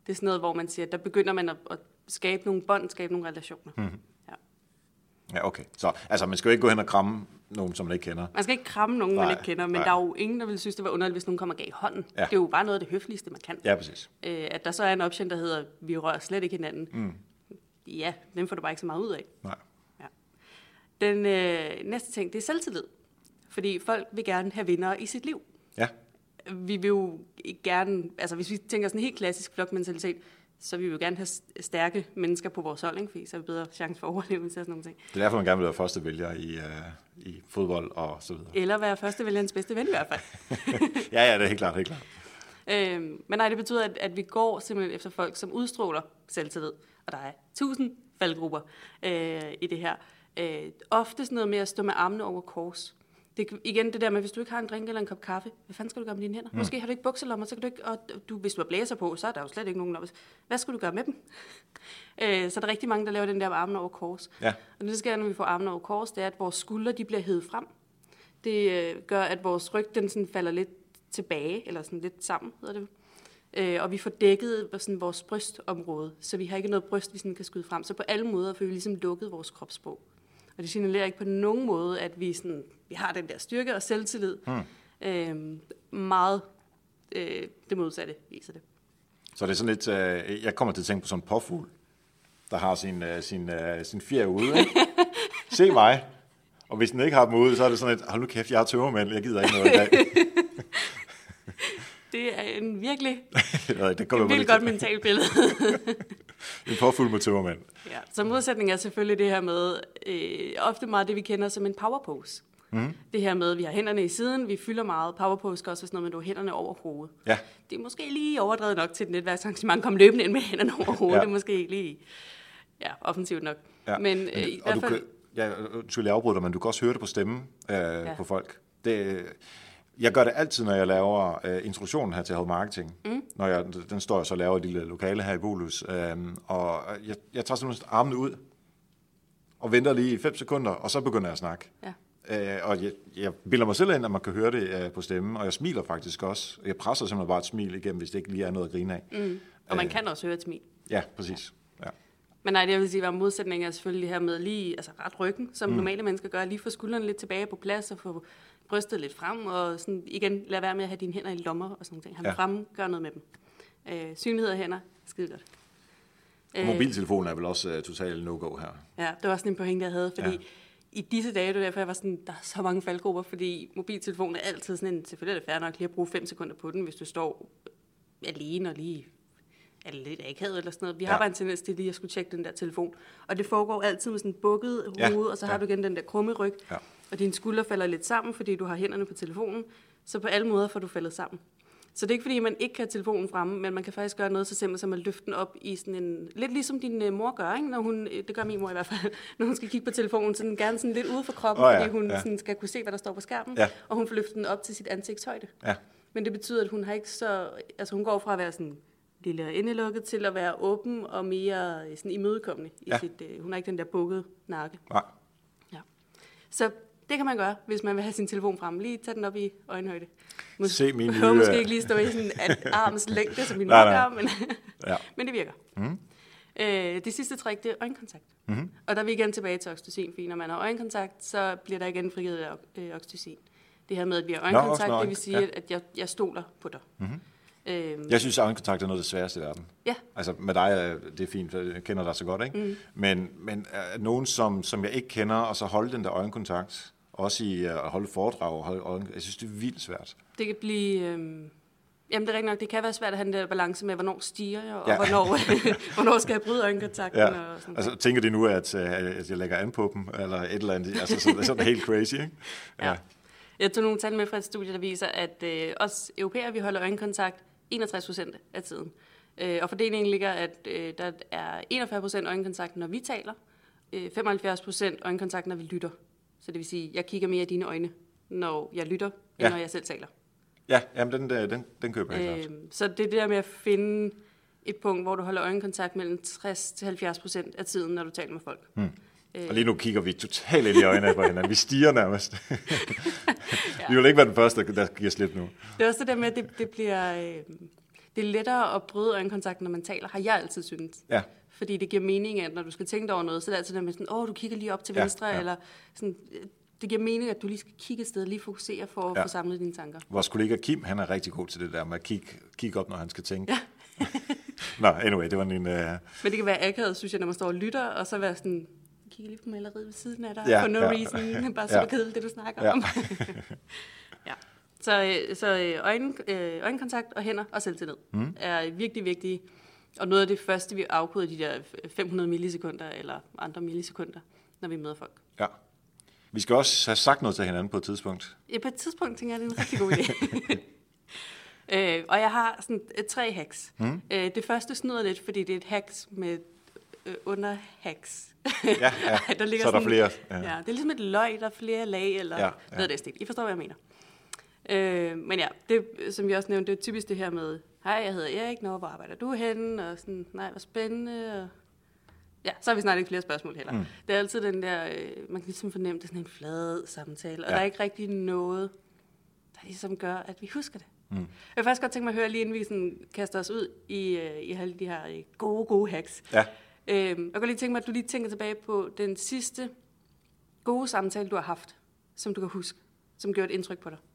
Det er sådan noget, hvor man siger, at der begynder man at, at skabe nogle bånd, skabe nogle relationer. Mm-hmm. Ja. Ja, okay. Så altså, man skal jo ikke gå hen og kramme nogen, som man ikke kender. Man skal ikke kramme nogen, nej, man ikke kender, men nej. der er jo ingen, der vil synes, det var underligt, hvis nogen kommer og gav hånden. Ja. Det er jo bare noget af det høfligste, man kan. Ja, præcis. Øh, at der så er en option, der hedder, vi rører slet ikke hinanden. Mm. Ja, den får du bare ikke så meget ud af. Nej. Ja. Den øh, næste ting, det er selvtillid. Fordi folk vil gerne have vindere i sit liv. Ja. Vi vil jo gerne, altså hvis vi tænker sådan en helt klassisk flokmentalitet, så vi vil jo gerne have stærke mennesker på vores hold, ikke? Fordi så er vi bedre chance for overlevelse og sådan nogle ting. Det er derfor, man gerne vil være første vælger i, uh, i fodbold og så videre. Eller være første vælgerens bedste ven i hvert fald. ja, ja, det er helt klart, helt klart. Øhm, men nej, det betyder, at, at vi går simpelthen efter folk, som udstråler selvtillid. Og der er tusind faldgrupper øh, i det her. Øh, ofte sådan noget med at stå med armene over kors. Det, igen det der med, hvis du ikke har en drink eller en kop kaffe, hvad fanden skal du gøre med dine hænder? Mm. Måske har du ikke bukselommer, så kan du ikke, og du, hvis du har blæser på, så er der jo slet ikke nogen lommer. Hvad skal du gøre med dem? øh, så er der rigtig mange, der laver den der med armene over kors. Ja. Og det, der sker, når vi får armene over kors, det er, at vores skuldre de bliver hævet frem. Det øh, gør, at vores ryg den sådan falder lidt tilbage, eller sådan lidt sammen, hedder det. Øh, og vi får dækket sådan vores brystområde, så vi har ikke noget bryst, vi sådan kan skyde frem. Så på alle måder får vi ligesom lukket vores kropssprog. Og det signalerer ikke på nogen måde, at vi, sådan, vi har den der styrke og selvtillid. Hmm. Øh, meget øh, det modsatte viser det. Så det er sådan lidt, øh, jeg kommer til at tænke på sådan en påfugl, der har sin, øh, sin, øh, sin fjer ude. Ikke? Se mig. Og hvis den ikke har dem ude, så er det sådan et, hold nu kæft, jeg har tømmermænd, jeg gider ikke noget i dag. Det er en virkelig, ja, det en virkelig godt mentalt billede. En påfugl med tømmermænd. Ja, så modsætning er selvfølgelig det her med, øh, ofte meget det, vi kender som en power pose. Mm. Det her med, at vi har hænderne i siden, vi fylder meget. Power pose skal også være sådan noget med, at du har hænderne over hovedet. Ja. Det er måske lige overdrevet nok til et netværksarrangement, kom løbende ind med hænderne over hovedet. Ja. Det er måske ikke lige ja, offensivt nok. Ja. Men, øh, i og hvert fald... du, ja, du skulle lige afbryde dig, men du kan også høre det på stemmen øh, ja. på folk. Det, jeg gør det altid, når jeg laver øh, introduktionen her til Help Marketing. Mm. Når jeg, den står jeg så og laver et lille lokale her i Bolus. Øh, og jeg, jeg tager simpelthen armene ud og venter lige i fem sekunder, og så begynder jeg at snakke. Ja. Øh, og jeg, jeg bilder mig selv ind, at man kan høre det øh, på stemmen, og jeg smiler faktisk også. Jeg presser simpelthen bare et smil igennem, hvis det ikke lige er noget at grine af. Mm. Og man øh, kan også høre et smil. Ja, præcis. Ja. Men nej, det jeg vil sige, var modsætningen er selvfølgelig det her med lige altså ret ryggen, som mm. normale mennesker gør, lige få skuldrene lidt tilbage på plads og få brystet lidt frem, og sådan igen lad være med at have dine hænder i lommer og sådan noget. Han ja. frem, gør noget med dem. Øh, synlighed af hænder, skide godt. Og mobiltelefonen er vel også uh, totalt no-go her. Ja, det var sådan en pointe, jeg havde, fordi ja. i disse dage, det var derfor, jeg var sådan, der er så mange faldgrupper, fordi mobiltelefonen er altid sådan en, selvfølgelig er det fair nok lige at bruge fem sekunder på den, hvis du står alene og lige er lidt akavet eller sådan noget. Vi ja. har bare en tendens til lige at skulle tjekke den der telefon. Og det foregår altid med sådan en bukket hoved, ja. og så har ja. du igen den der krumme ryg, ja. og dine skuldre falder lidt sammen, fordi du har hænderne på telefonen. Så på alle måder får du faldet sammen. Så det er ikke fordi, man ikke kan have telefonen fremme, men man kan faktisk gøre noget så simpelt som at løfte den op i sådan en... Lidt ligesom din uh, mor gør, ikke? Når hun... Det gør min mor i hvert fald. Når hun skal kigge på telefonen, så den gerne sådan lidt ude for kroppen, oh, ja, fordi hun ja. sådan skal kunne se, hvad der står på skærmen. Ja. Og hun får løftet den op til sit ansigtshøjde. Ja. Men det betyder, at hun har ikke så... Altså hun går fra at være sådan lille indelukket til at være åben og mere sådan imødekommende. I ja. sit, uh, hun har ikke den der bukkede nakke. Nej. Ja. Så... Det kan man gøre, hvis man vil have sin telefon frem. Lige tage den op i øjenhøjde. Mås- Se min nye... Måske ikke lige stå i sådan en arms længde, som min mor gør, men, ja. men det virker. Mm. Øh, det sidste trick, det er øjenkontakt. Mm. Og der er vi igen tilbage til oxytocin, fordi når man har øjenkontakt, så bliver der igen frigivet øh, oxytocin. Det her med, at vi har øjenkontakt, no, det vil sige, ja. at jeg, jeg stoler på dig. Mm-hmm. Øhm. Jeg synes, at øjenkontakt er noget af det sværeste i verden. Ja. Altså med dig, det er fint, for jeg kender dig så godt, ikke? Mm. Men, men er nogen, som, som jeg ikke kender, og så holde den der øjenkontakt... Også i at holde foredrag og holde øjen. Jeg synes, det er vildt svært. Det kan blive... Øh... Jamen, det er rigtigt nok. Det kan være svært at have den der balance med, hvornår stiger jeg, og ja. hvornår, hvornår skal jeg bryde øjenkontakten. Ja. Og sådan altså, tænker de nu, at, at jeg lægger an på dem, eller et eller andet? Altså, sådan, sådan helt crazy, ikke? Ja. Ja. Jeg tog nogle tal med fra et studie, der viser, at øh, os europæere, vi holder øjenkontakt enogtres procent af tiden. Øh, og fordelingen ligger, at øh, der er enogfyrre procent øjenkontakt, når vi taler, øh, femoghalvfjerds procent øjenkontakt, når vi lytter. Så det vil sige, at jeg kigger mere i dine øjne, når jeg lytter, end ja. når jeg selv taler. Ja, jamen den, den, den køber jeg klart. Øh, så det er det der med at finde et punkt, hvor du holder øjenkontakt mellem tres til halvfjerds procent af tiden, når du taler med folk. Hmm. Øh. Og lige nu kigger vi totalt ind i øjnene på hinanden. Vi stiger nærmest. ja. Vi vil ikke være den første, der giver slip nu. Det er også det der med, at det, det bliver... Øh, det er lettere at bryde øjenkontakt, når man taler, har jeg altid syntes. Ja. Fordi det giver mening, at når du skal tænke over noget, så er det altid der med sådan, åh, du kigger lige op til venstre, ja, ja. eller sådan, det giver mening, at du lige skal kigge et sted og lige fokusere for at ja. få samlet dine tanker. Vores kollega Kim, han er rigtig god til det der med at kigge, kigge op, når han skal tænke. Ja. Nå, anyway, det var en... Uh... Men det kan være akavet, synes jeg, når man står og lytter, og så være sådan, kigge lige på maleriet ved siden af dig, ja, for no ja. reason, bare så ja. kedeligt, det du snakker ja. om. ja. Så, så øjne, øjenkontakt og hænder og selvtillid mm. er virkelig vigtige. Og noget af det første, vi afkoder de der fem hundrede millisekunder eller andre millisekunder, når vi møder folk. Ja. Vi skal også have sagt noget til hinanden på et tidspunkt. Ja, på et tidspunkt tænker jeg, det er en rigtig god idé. øh, og jeg har sådan et, tre hacks. Mm. Øh, det første snyder lidt, fordi det er et hacks med øh, under hacks. ja, ja. der ligger så er der sådan, flere. Ja. ja, det er ligesom et løg, der er flere lag, eller ja, ja. noget af det stil. I forstår, hvad jeg mener. Øh, men ja, det, som jeg også nævnte, det er typisk det her med, hej, jeg hedder Erik, nå, hvor arbejder du henne? Og sådan, nej, hvor spændende. Og ja, så har vi snart ikke flere spørgsmål heller. Mm. Det er altid den der, øh, man kan ligesom fornemme, det er sådan en flad samtale, og ja. der er ikke rigtig noget, der ligesom gør, at vi husker det. Mm. Jeg vil faktisk godt tænke mig at høre, lige inden vi sådan kaster os ud i, øh, i alle de her gode, gode hacks. Ja. Øh, jeg kan lige tænke mig, at du lige tænker tilbage på den sidste gode samtale, du har haft, som du kan huske, som gjorde et indtryk på dig.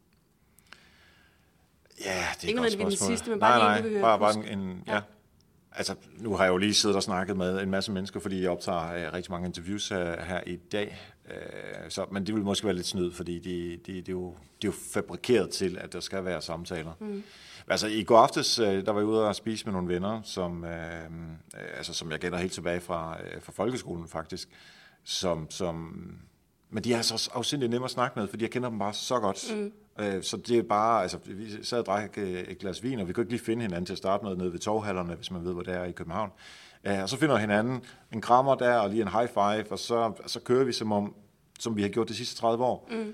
Ja, det er ikke godt spørgsmål. Den sidste, men bare nej, lige, nej, høre, bare, bare en, ja. ja. Altså, nu har jeg jo lige siddet og snakket med en masse mennesker, fordi jeg optager uh, rigtig mange interviews uh, her i dag. Uh, så, men det vil måske være lidt snyd, fordi de, de, de, er jo, de er jo fabrikeret til, at der skal være samtaler. Mm. Altså, i går aftes, uh, der var jeg ude og spise med nogle venner, som, uh, uh, altså, som jeg kender helt tilbage fra, uh, fra folkeskolen faktisk, som... som men de er så afsindigt nemme at snakke med, fordi jeg kender dem bare så godt. Mm. Så det er bare, altså, vi sad og drak et glas vin, og vi kunne ikke lige finde hinanden til at starte med nede ved torvhallerne, hvis man ved, hvor det er i København. Og så finder vi hinanden en krammer der, og lige en high five, og så, så kører vi som om, som vi har gjort de sidste tredive år. Mm.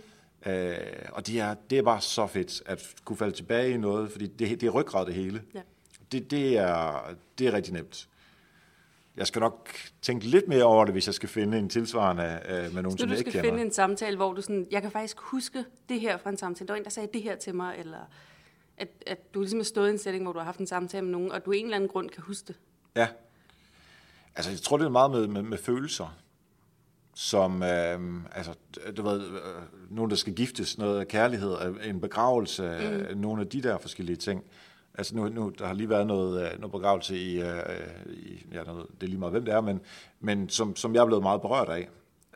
Og det er, det er bare så fedt, at kunne falde tilbage i noget, fordi det, det er ryggrad det hele. Ja. Det, det, er, det er rigtig nemt. Jeg skal nok tænke lidt mere over det, hvis jeg skal finde en tilsvarende øh, med nogen, som jeg ikke kender. Så du skal finde en samtale, hvor du sådan, jeg kan faktisk huske det her fra en samtale. Der var en, der sagde det her til mig, eller at, at du ligesom er stået i en setting, hvor du har haft en samtale med nogen, og du af en eller anden grund kan huske det. Ja. Altså, jeg tror, det er meget med, med, med følelser. Som, øh, altså, du ved, øh, nogen, der skal giftes, noget kærlighed, en begravelse, mm. nogle af de der forskellige ting. Altså nu, nu, der har lige været noget, noget begravelse i, uh, i ja, noget, det er lige meget, hvem det er, men, men som, som jeg er blevet meget berørt af.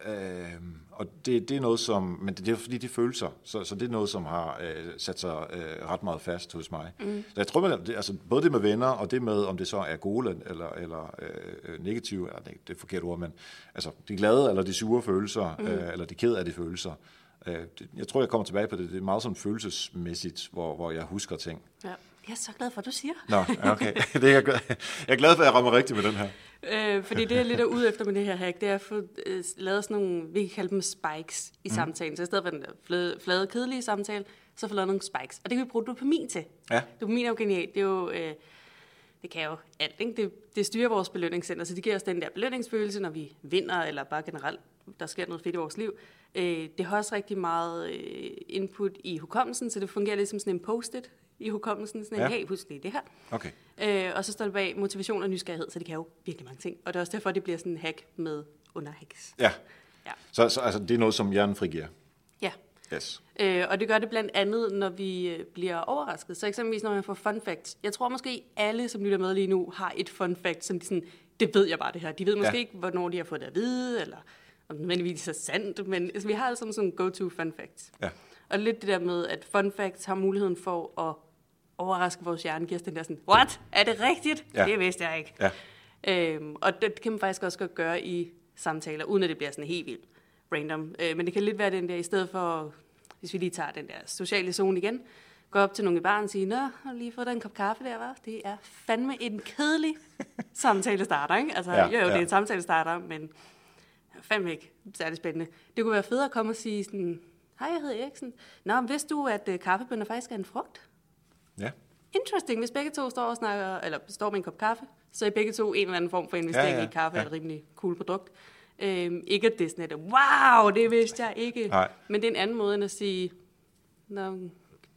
Uh, og det, det er noget, som, men det er fordi, det er følelser, så, så det er noget, som har uh, sat sig uh, ret meget fast hos mig. Mm. Så jeg tror, at det, altså, både det med venner, og det med, om det så er gode eller, eller uh, negative, eller det, det er forkert ord, men altså, de glade eller de sure følelser, mm. uh, eller de ked af de følelser. Uh, det, jeg tror, jeg kommer tilbage på det, det er meget sådan følelsesmæssigt, hvor, hvor jeg husker ting. Ja. Jeg er så glad for, at du siger. Nå, okay. Det er jeg, glad. jeg er glad for, at jeg rammer rigtigt med den her. Øh, fordi det, jeg lidt er ude efter med det her hack, det er at få øh, lavet sådan nogle, vi kan kalde dem spikes i mm. samtalen. Så i stedet for den der flade, flade, kedelige samtale, så får lavet nogle spikes. Og det kan vi bruge dopamin til. Ja. Dopamin er jo genialt. Det er jo... Øh, det kan jo alt, ikke? Det, det styrer vores belønningscenter, så det giver os den der belønningsfølelse, når vi vinder, eller bare generelt, der sker noget fedt i vores liv. Øh, det har også rigtig meget øh, input i hukommelsen, så det fungerer lidt som sådan en post-it i hukommelsen, sådan en, ja. hey, husk lige det her. Okay. Øh, og så står det bag motivation og nysgerrighed, så det kan jo virkelig mange ting. Og det er også derfor, det bliver sådan en hack med underhacks. Ja, ja. Så, så altså, det er noget, som hjernen frigiver? Ja. Yes. Øh, og det gør det blandt andet, når vi øh, bliver overrasket. Så eksempelvis, når man får fun facts. Jeg tror måske, alle, som lytter med lige nu, har et fun fact, som de sådan, det ved jeg bare det her. De ved måske ja. ikke, hvornår de har fået det at vide, eller om det nødvendigvis er sandt, men altså, vi har altså sådan go-to fun facts. Ja. Og lidt det der med, at fun facts har muligheden for at overraske vores hjerne, giver os den der sådan, what? Er det rigtigt? Ja. Det vidste jeg ikke. Ja. Øhm, og det kan man faktisk også godt gøre i samtaler, uden at det bliver sådan helt vildt random. Øh, men det kan lidt være den der, i stedet for, hvis vi lige tager den der sociale zone igen, gå op til nogle i baren og sige, nå, har du lige fået dig en kop kaffe der, hva'? Det er fandme en kedelig samtalestarter, ikke? Altså, ja, jo, jo, ja. Det er en samtalestarter, men fandme ikke særlig spændende. Det kunne være fedt at komme og sige sådan, hej, jeg hedder Eriksen. Nå, vidste du, at uh, kaffebønner faktisk er en frugt? Ja. Interesting. Hvis begge to står og snakker, eller står med en kop kaffe, så er begge to en eller anden form for investering ja, ja, i kaffe, ja. Er et rimelig cool produkt. Øhm, ikke at det er sådan et, wow, det vidste jeg ikke. Nej. Men det er en anden måde end at sige, nå,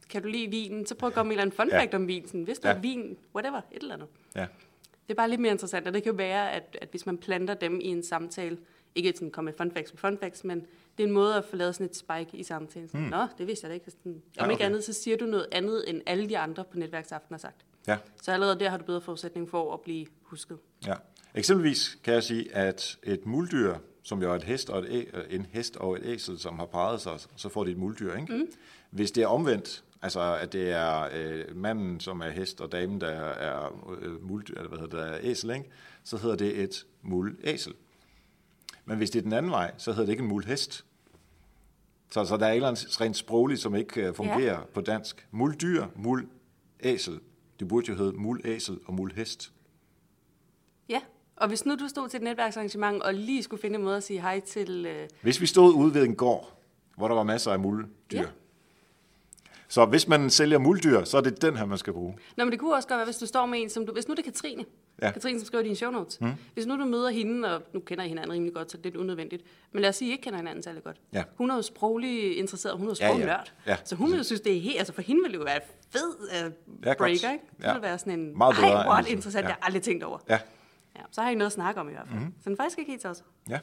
kan du lide vinen? Så prøv at komme med en eller anden fun fact ja. om vin. Sådan, hvis du ja. har vin, whatever, et eller andet. Ja. Det er bare lidt mere interessant, og det kan jo være, at, at hvis man planter dem i en samtale, ikke sådan komme med fun facts med fun facts, men det er en måde at få lavet sådan et spike i samtalen. Sådan, mm. Nå, det vidste jeg da ikke. Sådan, om ja, okay. ikke andet, så siger du noget andet, end alle de andre på netværksaften har sagt. Ja. Så allerede der har du bedre forudsætning for at blive husket. Ja. Eksempelvis kan jeg sige, at et muldyr, som jo er et hest og et æ, en hest og et æsel, som har parret sig, så får de et muldyr, ikke? Mm. Hvis det er omvendt, altså at det er øh, manden, som er hest, og damen, der er øh, muldyr, eller hvad hedder det, der er æsel, ikke? Så hedder det et mulæsel. Men hvis det er den anden vej, så hedder det ikke en mulhest. Så, så der er et eller andet rent sprogligt, som ikke uh, fungerer ja. på dansk. Muldyr, mulæsel. Det burde jo hedde mulæsel og mulhest. Ja, og hvis nu du stod til et netværksarrangement og lige skulle finde en måde at sige hej til... Uh... Hvis vi stod ude ved en gård, hvor der var masser af muldyr. Ja. Så hvis man sælger muldyr, så er det den her, man skal bruge. Nå, men det kunne også godt være, hvis du står med en, som du... Hvis nu det er Katrine, ja. Katrine, som skriver dine show notes. Mm. Hvis nu du møder hende, og nu kender I hinanden rimelig godt, så det er lidt unødvendigt. Men lad os sige, at I ikke kender hinanden særlig godt. Ja. Hun er jo sproglig interesseret, hun er jo sprognørd. Ja, ja. Ja. Så hun vil jo synes, det er helt... Altså for hende vil det jo være fed uh, ja, breaker, ikke? Det ja. vil være sådan en... Meget bedre. Ej, hvor er det interessant, ja. jeg har aldrig tænkt over. Ja. Ja, så har I noget at snakke om i hvert fald. Mm. Så den faktisk ikke helt til os. Ja.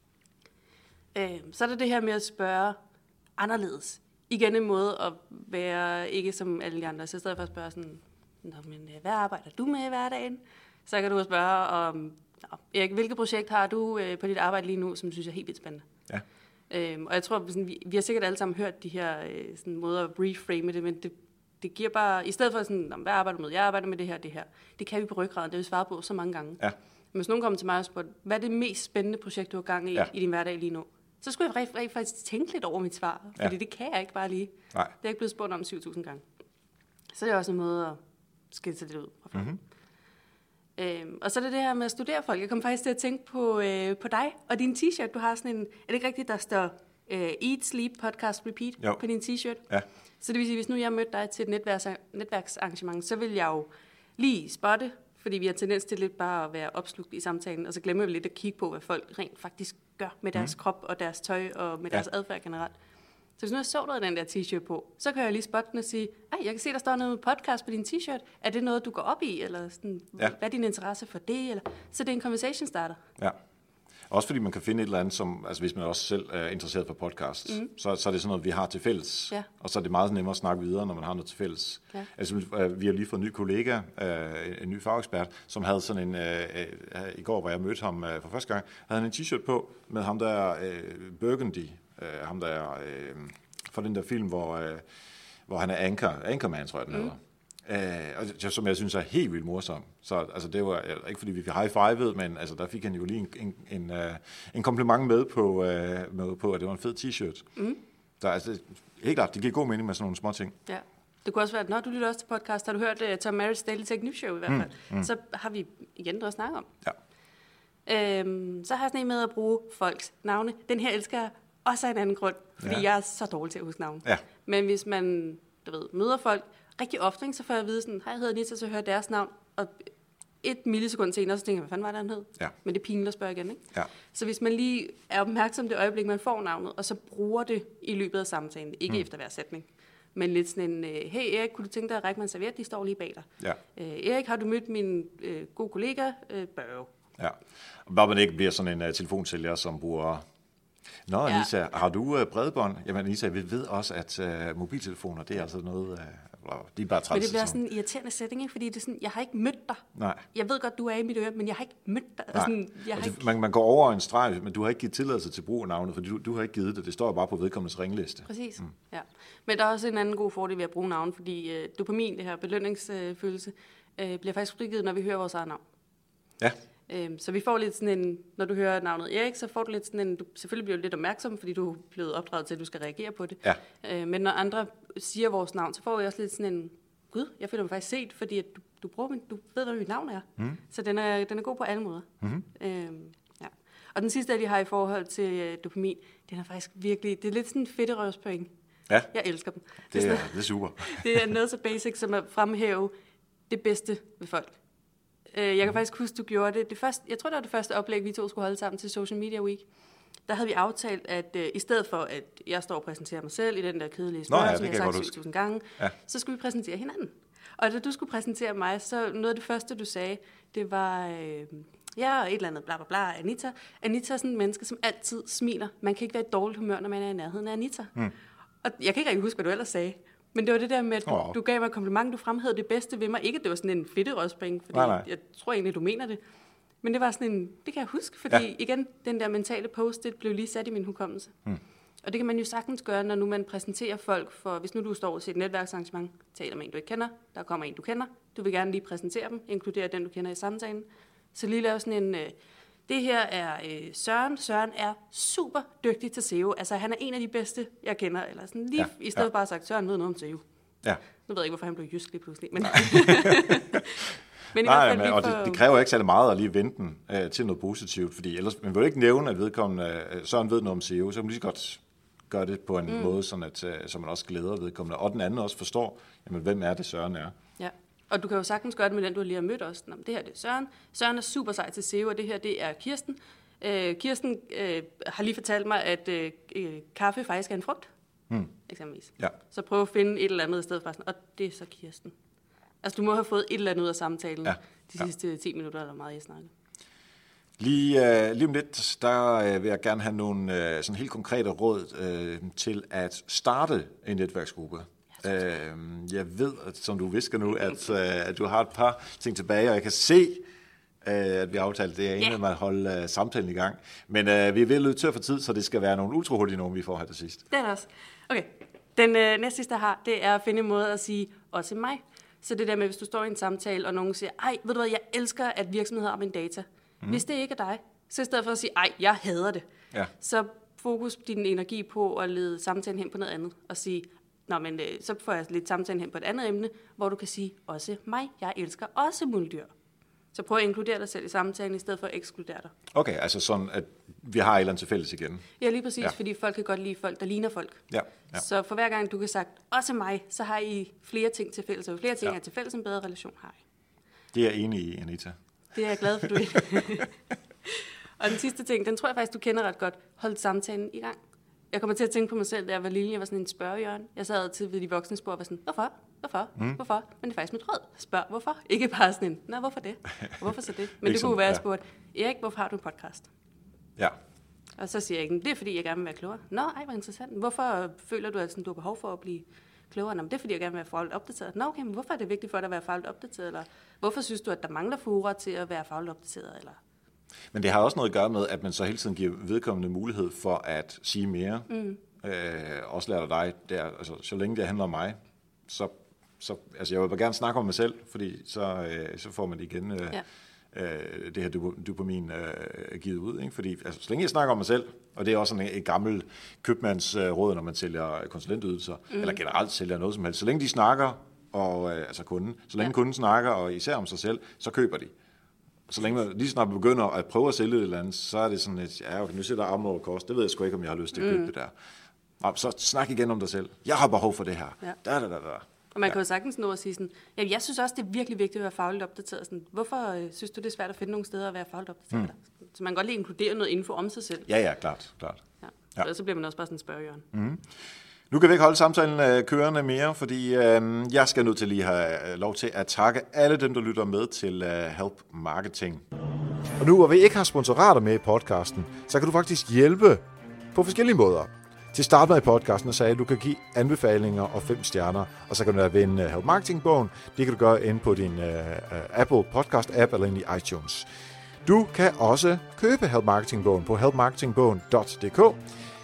Øh, så er det det her med at spørge anderledes. Igen en måde at være ikke som alle de andre. Så i stedet for at spørge sådan, Nå, men hvad arbejder du med i hverdagen? Så kan du spørge om, Erik, hvilket projekt har du øh, på dit arbejde lige nu, som du synes er helt vildt spændende? Ja. Øhm, og jeg tror, sådan, vi, vi har sikkert alle sammen hørt de her øh, sådan, måder at reframe det, men det, det giver bare, i stedet for sådan, hvad arbejder du med? Jeg arbejder med det her, det her. Det kan vi på ryggraden, det har vi svaret på så mange gange. Ja. Men hvis nogen kommer til mig og spørger, hvad er det mest spændende projekt, du har gang i ja. i din hverdag lige nu? Så skulle jeg rigtig, rigtig faktisk tænke lidt over mit svar, fordi ja. det kan jeg ikke bare lige. Nej. Det er ikke blevet spurgt om syv tusind gange. Så det er også en måde at skille det ud. Mm-hmm. Øhm, og så er det det her med at studere folk. Jeg kom faktisk til at tænke på, øh, på dig og din t-shirt. Du har sådan en, er det ikke rigtigt, der står øh, Eat, Sleep, Podcast, Repeat jo. på din t-shirt? Ja. Så det vil sige, hvis nu jeg mødte dig til et netværks, netværksarrangement, så vil jeg jo lige spotte, fordi vi har tendens til lidt bare at være opslugt i samtalen, og så glemmer vi lidt at kigge på, hvad folk rent faktisk gør med deres mm. krop og deres tøj og med deres ja. adfærd generelt. Så hvis nu jeg så dig den der t-shirt på, så kan jeg lige spotte den og sige, ej, jeg kan se, der står noget podcast på din t-shirt. Er det noget, du går op i? Eller sådan, ja. hvad er din interesse for det? Eller, så det er en conversation starter. Ja. Også fordi man kan finde et eller andet, som, altså hvis man også selv er interesseret for podcasts, mm. så, så er det sådan noget, vi har til fælles. Ja. Og så er det meget nemmere at snakke videre, når man har noget til fælles. Ja. Altså, vi har lige fået en ny kollega, en ny fagekspert, som havde sådan en, i går, hvor jeg mødte ham for første gang, havde han en t-shirt på med ham der Burgundy, ham der for den der film, hvor, hvor han er anchor, anchorman, tror jeg, den hedder. Mm. Uh, som jeg synes er helt vildt morsom. Så altså, det var ikke fordi vi fik high-fivet, men altså, der fik han jo lige en, en, en, uh, en kompliment med på, uh, med på, at det var en fed t-shirt. Mm. Så altså, helt klart, det giver god mening med sådan nogle små ting. Ja. Det kunne også være, at når du lytter også til podcast, har du hørt uh, Tom Merritt's Daily Tech News Show i hvert fald, mm. Mm. så har vi igen noget at snakke om. Ja. Øhm, så har jeg sådan en med at bruge folks navne. Den her elsker jeg også af en anden grund, fordi ja. jeg er så dårlig til at huske navne. Ja. Men hvis man du ved, møder folk, rigtig ofte, så får jeg at vide sådan, hej, jeg hedder Nita, så hører deres navn, og et millisekund senere, så tænker jeg, hvad fanden var det, han hed? Ja. Men det er pinligt at spørge igen, ikke? Ja. Så hvis man lige er opmærksom det øjeblik, man får navnet, og så bruger det i løbet af samtalen, ikke mm. efter hver sætning, men lidt sådan en, hey Erik, kunne du tænke dig at række mig en serviet? De står lige bag dig. Ja. Øh, Erik, har du mødt min øh, gode kollega? Øh, Børge. Ja, bare man ikke bliver sådan en uh, telefonsælger, som bruger... Nå, Anissa, ja. har du uh, bredbånd? Jamen Anissa, vi ved også, at uh, mobiltelefoner, det er altså noget... Uh, de er bare træls. Men det bliver sådan en irriterende setting, ikke? Fordi det er sådan, jeg har ikke mødt dig. Nej. Jeg ved godt, du er i mit øre, men jeg har ikke mødt dig. Sådan, jeg har ikke... man, man går over en streg, men du har ikke givet tilladelse til brug af navnet, fordi du, du har ikke givet det. Det står bare på vedkommendes ringliste. Præcis, mm. ja. Men der er også en anden god fordel ved at bruge navn, fordi uh, dopamin, det her belønningsfølelse, uh, bliver faktisk frigivet, når vi hører vores eget navn. Ja. Um, så vi får lidt sådan en, når du hører navnet Erik, så får du lidt sådan en, du selvfølgelig bliver du lidt opmærksom, fordi du er blevet opdraget til, at du skal reagere på det. Ja. Uh, men når andre siger vores navn, så får vi også lidt sådan en, gud, jeg føler mig faktisk set, fordi at du, du, bruger min, du ved, hvad mit navn er. Mm. Så den er, den er god på alle måder. Mm-hmm. Um, ja. Og den sidste, jeg har i forhold til uh, dopamin, den er faktisk virkelig, det er lidt sådan en fedterøvspoint. Ja. Jeg elsker dem. Det, det, er, sådan, det er super. Det er noget så basic, som at fremhæve det bedste ved folk. Jeg kan faktisk huske, du gjorde det. det første, jeg tror, det var det første oplæg, vi to skulle holde sammen til Social Media Week. der havde vi aftalt, at øh, i stedet for, at jeg står og præsenterer mig selv i den der kedelige spørgsmål, ja, som jeg har sagt syv tusind gange, ja. så skulle vi præsentere hinanden. Og da du skulle præsentere mig, så noget af det første, du sagde, det var, øh, ja, et eller andet, bla bla bla, Anita. Anita er sådan en menneske, som altid smiler. Man kan ikke være i dårligt humør, når man er i nærheden af Anita. Mm. Og jeg kan ikke rigtig huske, hvad du ellers sagde. Men det var det der med, at du, oh. du gav mig et kompliment, du fremhævede det bedste ved mig. Ikke, at det var sådan en fedterødspring, fordi nej, nej. jeg tror egentlig, du mener det. Men det var sådan en, det kan jeg huske, fordi ja. igen, den der mentale post-it blev lige sat i min hukommelse. Mm. Og det kan man jo sagtens gøre, når nu man præsenterer folk for, hvis nu du står til et netværksarrangement, taler med en, du ikke kender, der kommer en, du kender, du vil gerne lige præsentere dem, inkludere den, du kender i samtalen. Så lige lave sådan en, øh, det her er øh, Søren. Søren er super dygtig til S E O. Altså han er en af de bedste, jeg kender. Eller sådan lige ja. i stedet ja. bare sagt, Søren ved noget om S E O. Ja. Nu ved jeg ikke, hvorfor han blev jysk lige pludselig. Men Men Nej, men, og det, det kræver ikke særlig meget at lige vente den øh, til noget positivt, fordi ellers man vil ikke nævne, at vedkommende, øh, Søren ved noget om S E O, så kan man lige så godt gøre det på en mm. måde, sådan at, øh, så man også glæder vedkommende, og den anden også forstår, jamen, hvem er det, Søren er. Ja, og du kan jo sagtens gøre det med den, du lige har mødt også. Nå, det her det er Søren. Søren er super sej til S E O, og det her det er Kirsten. Øh, Kirsten øh, har lige fortalt mig, at øh, kaffe faktisk er en frugt, mm. eksempelvis. Ja. Så prøv at finde et eller andet i stedet for sådan, og det er så Kirsten. Altså, du må have fået et eller andet ud af samtalen ja. de sidste ja. ti minutter, eller meget, jeg snakker. Lige, uh, lige om lidt, der uh, vil jeg gerne have nogle uh, sådan helt konkrete råd uh, til at starte en netværksgruppe. Uh, jeg ved, at, som du visker nu, at, uh, at du har et par ting tilbage, og jeg kan se, uh, at vi har aftalt det, er yeah. med at holde uh, samtalen i gang. Men uh, vi er ved at løbe tør for tid, så det skal være nogle ultra hurtige nogen, vi får her til sidst. Det er det også. Okay, den uh, næste sidste, jeg har, det er at finde en måde at sige, også mig. Så det der med, hvis du står i en samtale, og nogen siger, ej, ved du hvad, jeg elsker, at virksomheder har min data. Mm. Hvis det ikke er dig, så i stedet for at sige, ej, jeg hader det, ja. så fokus din energi på at lede samtalen hen på noget andet, og sige, nå, men så får jeg lidt samtalen hen på et andet emne, hvor du kan sige, også mig, jeg elsker også muldyr. Så prøv at inkludere dig selv i samtalen, i stedet for at ekskludere dig. Okay, altså sådan, at vi har et eller andet til fælles igen. Ja, lige præcis, ja. fordi folk kan godt lide folk, der ligner folk. Ja. Ja. Så for hver gang du kan sagt, også mig, så har I flere ting til fælles. Og flere ting ja. er til fælles, en bedre relation har I. Det er jeg enig i, Anita. Det er jeg glad for, du er. Og den sidste ting, den tror jeg faktisk, du kender ret godt. Hold samtalen i gang. Jeg kommer til at tænke på mig selv, da jeg var lille. Jeg var sådan en spørgehjørne. Jeg sad til ved de voksne spor og var sådan, hvorfor? Hvorfor? Mm. Hvorfor? Men det er faktisk mit råd. Spørg, hvorfor? Ikke bare sådan en, nå, hvorfor det? Og hvorfor så det? Men det kunne være, at jeg spurgte, Erik, hvorfor har du en podcast? Ja. Og så siger jeg, det er, fordi jeg gerne vil være klogere. Nå, ej, hvor interessant. Hvorfor føler du, at sådan, du har behov for at blive klogere? Nå, men det er, fordi jeg gerne vil være fagligt opdateret. Nå, okay, men hvorfor er det vigtigt for dig at være fagligt opdateret? Eller hvorfor synes du, at der mangler fora til at være fagligt opdateret? Eller Men det har også noget at gøre med, at man så hele tiden giver vedkommende mulighed for at sige mere. Mm. Øh, også lærer dig, der, altså, så længe det handler om mig, så, så altså, jeg vil bare gerne snakke om mig selv, fordi så, øh, så får man det igen, øh, ja. øh, det her dopamin øh, givet ud. Ikke? Fordi altså, så længe jeg snakker om mig selv, og det er også sådan et gammelt købmandsråd, øh, når man sælger konsulentydelser, mm. eller generelt sælger noget som helst. Så længe de snakker, og, øh, altså kunden, så længe ja. kunden snakker, og især om sig selv, så køber de. Så længe man lige snart begynder at prøve at sælge et eller andet, så er det sådan, at ja, okay, nu sætter armen over kors. Det ved jeg sgu ikke, om jeg har lyst til at købe mm. det der. Og så snak igen om dig selv. Jeg har behov for det her. Ja. Da, da, da, da. Og man kan jo sagtens nå at sige sådan, ja, jeg synes også, det er virkelig vigtigt at være fagligt opdateret. Sådan, hvorfor øh, synes du, det er svært at finde nogle steder at være fagligt opdateret? Mm. Så man kan godt lige inkludere noget info om sig selv. Ja, ja, klart. klart. Ja. Ja. Så, så bliver man også bare sådan en spørgehjørne. Mm. Nu kan vi ikke holde samtalen øh, kørende mere, fordi øh, jeg skal nødt til lige have øh, lov til at takke alle dem, der lytter med til øh, Help Marketing. Og nu, hvor vi ikke har sponsorater med i podcasten, så kan du faktisk hjælpe på forskellige måder. Til start med i podcasten sagde at du kan give anbefalinger og fem stjerner, og så kan du da vinde Help Marketing-bogen. Det kan du gøre inde på din uh, Apple Podcast-app eller inde i iTunes. Du kan også købe Help Marketing-bogen på help marketing bogen punktum d k,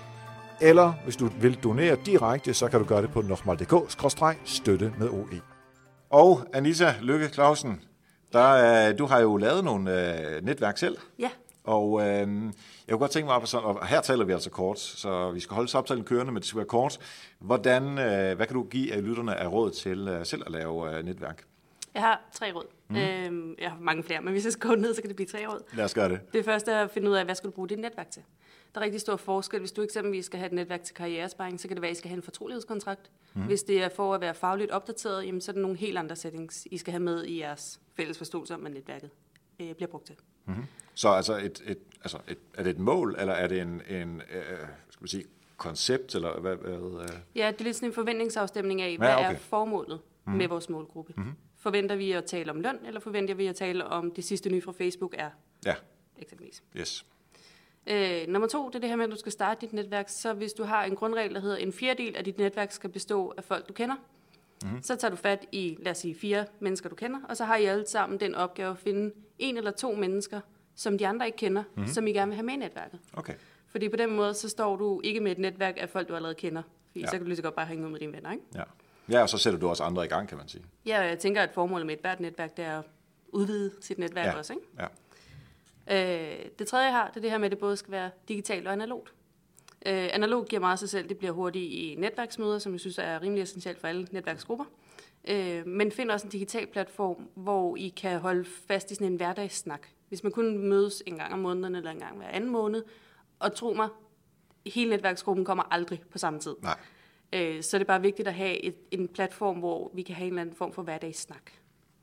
eller hvis du vil donere direkte, så kan du gøre det på nokmal punktum d k skråstreg støtte med O E. Og Anita Lykke Clausen, der, du har jo lavet nogle uh, netværk selv. Ja. Og øh, jeg kunne godt tænke mig, sådan, og her taler vi altså kort, så vi skal holde samtalen kørende, men det skal være kort. Hvordan, øh, hvad kan du give af lytterne af råd til øh, selv at lave øh, netværk? Jeg har tre råd. Mm. Øhm, jeg har mange flere, men hvis jeg skal gå ned, så kan det blive tre råd. Lad os gøre det. Det første er at finde ud af, hvad skal du bruge dit netværk til. Der er rigtig stor forskel. Hvis du eksempelvis skal have et netværk til karrieresparing, så kan det være, at I skal have en fortrolighedskontrakt. Mm. Hvis det er for at være fagligt opdateret, jamen, så er der nogle helt andre settings, I skal have med i jeres fælles forståelse om netværket. øh, bliver brugt til. Mm-hmm. Så altså, et, et, altså et, er det et mål, eller er det en, en øh, skal man sige, koncept, eller hvad? hvad øh? Ja, det er lidt sådan en forventningsafstemning af, hvad ja, okay. er formålet mm-hmm. med vores målgruppe. Mm-hmm. Forventer vi at tale om løn, eller forventer vi at tale om det sidste nye fra Facebook er? Ja. Eksempelvis. Yes. Øh, nummer to, det er det her med, at du skal starte dit netværk. Så hvis du har en grundregel, der hedder, en fjerdedel af dit netværk skal bestå af folk, du kender, mm-hmm. så tager du fat i, lad os sige, fire mennesker, du kender, og så har I alle sammen den opgave at finde en eller to mennesker, som de andre ikke kender, mm-hmm. som I gerne vil have med i netværket. Okay. Fordi på den måde, så står du ikke med et netværk af folk, du allerede kender. Fordi ja. så kan du lige så godt bare hænge ud med dine venner, ikke? Ja. Ja, og så sætter du også andre i gang, kan man sige. Ja, og jeg tænker, at formålet med et hvert netværk, det er at udvide sit netværk ja. også, ikke? Ja. Øh, det tredje, jeg har, det er det her med, at det både skal være digitalt og analogt. Øh, analog giver meget sig selv, det bliver hurtigt i netværksmøder, som jeg synes er rimelig essentielt for alle netværksgrupper. Øh, men find også en digital platform, hvor I kan holde fast i sådan en hverdagssnak. Hvis man kun mødes en gang om måneden eller en gang hver anden måned, og tro mig, hele netværksgruppen kommer aldrig på samme tid. Nej. Øh, så er det bare vigtigt at have et, en platform, hvor vi kan have en eller anden form for hverdagssnak.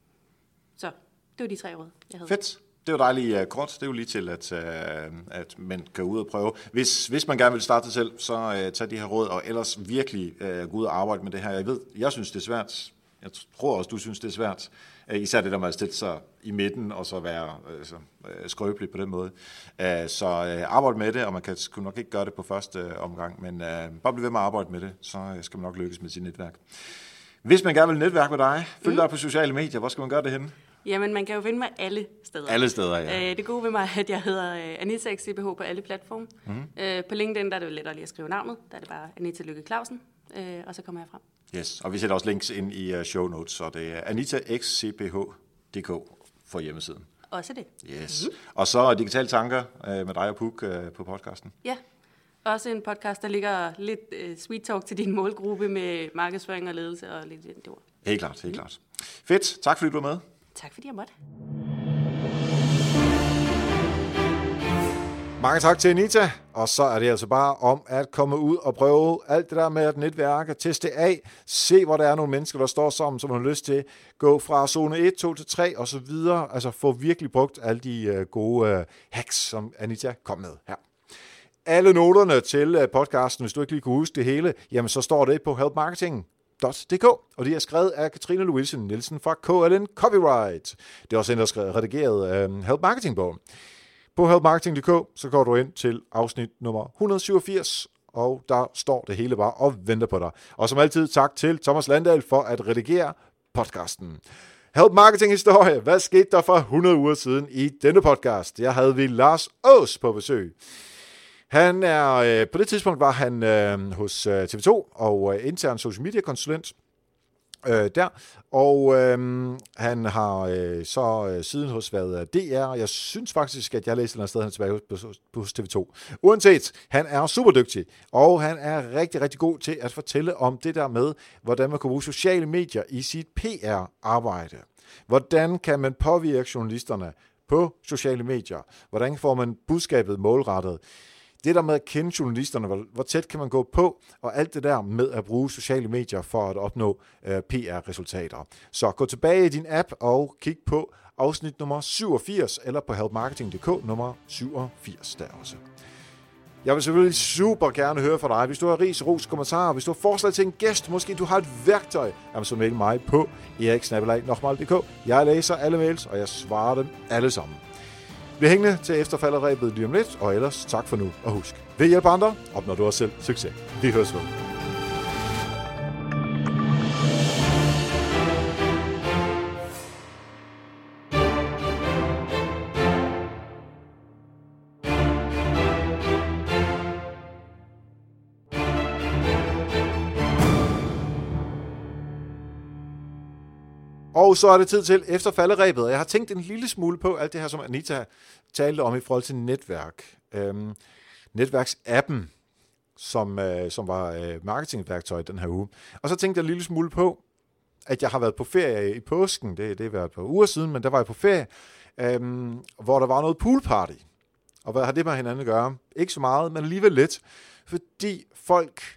Så det var de tre råd, jeg havde. Fedt. Det er jo dejligt uh, kort. Det er jo lige til, at, uh, at man kan ud og prøve. Hvis, hvis man gerne vil starte det selv, så uh, tag de her råd, og ellers virkelig uh, gå ud og arbejde med det her. Jeg ved, jeg synes, det er svært. Jeg tror også, du synes, det er svært. Uh, især det der med at stille sig i midten, og så være uh, så, uh, skrøbelig på den måde. Uh, så uh, arbejde med det, og man kan sgu nok ikke gøre det på første uh, omgang, men uh, bare bliv ved med at arbejde med det, så uh, skal man nok lykkes med sit netværk. Hvis man gerne vil netværke med dig, følg mm. dig på sociale medier. Hvor skal man gøre det henne? Jamen, man kan jo finde mig alle steder. Alle steder, ja. Øh, det gode ved mig er, at jeg hedder Anita X C B H på alle platforme. Mm-hmm. Øh, på LinkedIn der er det jo lettere lige at skrive navnet. Der er det bare Anita Lykke Clausen, øh, og så kommer jeg frem. Yes, og vi sætter også links ind i uh, show notes, så det er Anita X C B H punktum d k for hjemmesiden. Også det. Yes. Mm-hmm. Og så Digitale Tanker uh, med dig og Puk uh, på podcasten. Ja, også en podcast, der ligger lidt uh, sweet talk til din målgruppe med markedsføring og ledelse og lidt det ord. Helt klart, helt mm. klart. Fedt, tak fordi du var med. Tak fordi jeg måtte. Mange tak til Anita, og så er det altså bare om at komme ud og prøve alt det der med at netværke, teste af, se hvor der er nogle mennesker, der står sammen, som man har lyst til, gå fra zone et, to til tre og så videre, altså få virkelig brugt alle de uh, gode uh, hacks, som Anita kom med her. Alle noterne til podcasten, hvis du ikke lige kunne huske det hele, jamen så står det på help marketing punktum d k, og det er skrevet af Katrine Louise Nielsen fra K L N Copyright. Det er også en, der er redigeret uh, Help Marketing-bogen. På help marketing punktum d k, så går du ind til afsnit nummer et hundrede syvogfirs, og der står det hele bare og venter på dig. Og som altid, tak til Thomas Landahl for at redigere podcasten. Help Marketing Historie. Hvad skete der for hundrede uger siden i denne podcast? Jeg havde vi Lars Aas på besøg. Han er, øh, på det tidspunkt var han øh, hos øh, T V to og øh, intern social media konsulent øh, der, og øh, han har øh, så øh, siden hos været D R. Jeg synes faktisk, at jeg læste et eller andet sted, han er tilbage hos, hos T V to. Uanset, han er super dygtig, og han er rigtig, rigtig god til at fortælle om det der med, hvordan man kan bruge sociale medier i sit P R-arbejde. Hvordan kan man påvirke journalisterne på sociale medier? Hvordan får man budskabet målrettet? Det der med at kende journalisterne, hvor, hvor tæt kan man gå på, og alt det der med at bruge sociale medier for at opnå øh, P R-resultater. Så gå tilbage i din app og kig på afsnit nummer syvogfirs, eller på help marketing punktum d k nummer syvogfirs der også. Jeg vil selvfølgelig super gerne høre fra dig. Hvis du har ris, ros, kommentarer, hvis du har forslag til en gæst, måske du har et værktøj, jamen så mail mig på erik snabel-a nokmal punktum d k. Jeg læser alle mails, og jeg svarer dem alle sammen. Bliv hængende til efterfalderæbet lige om lidt, og ellers tak for nu, og husk, ved hjælp andre, opnår du også selv succes. Vi høres ved. Og så er det tid til efter falderæbet, og jeg har tænkt en lille smule på alt det her, som Anita talte om i forhold til netværk. Øhm, netværksappen, som, øh, som var øh, marketingværktøj den her uge. Og så tænkte jeg en lille smule på, at jeg har været på ferie i påsken, det, det har været et par uger siden, men der var jeg på ferie, øhm, hvor der var noget poolparty. Og hvad har det med hinanden at gøre? Ikke så meget, men alligevel lidt. Fordi folk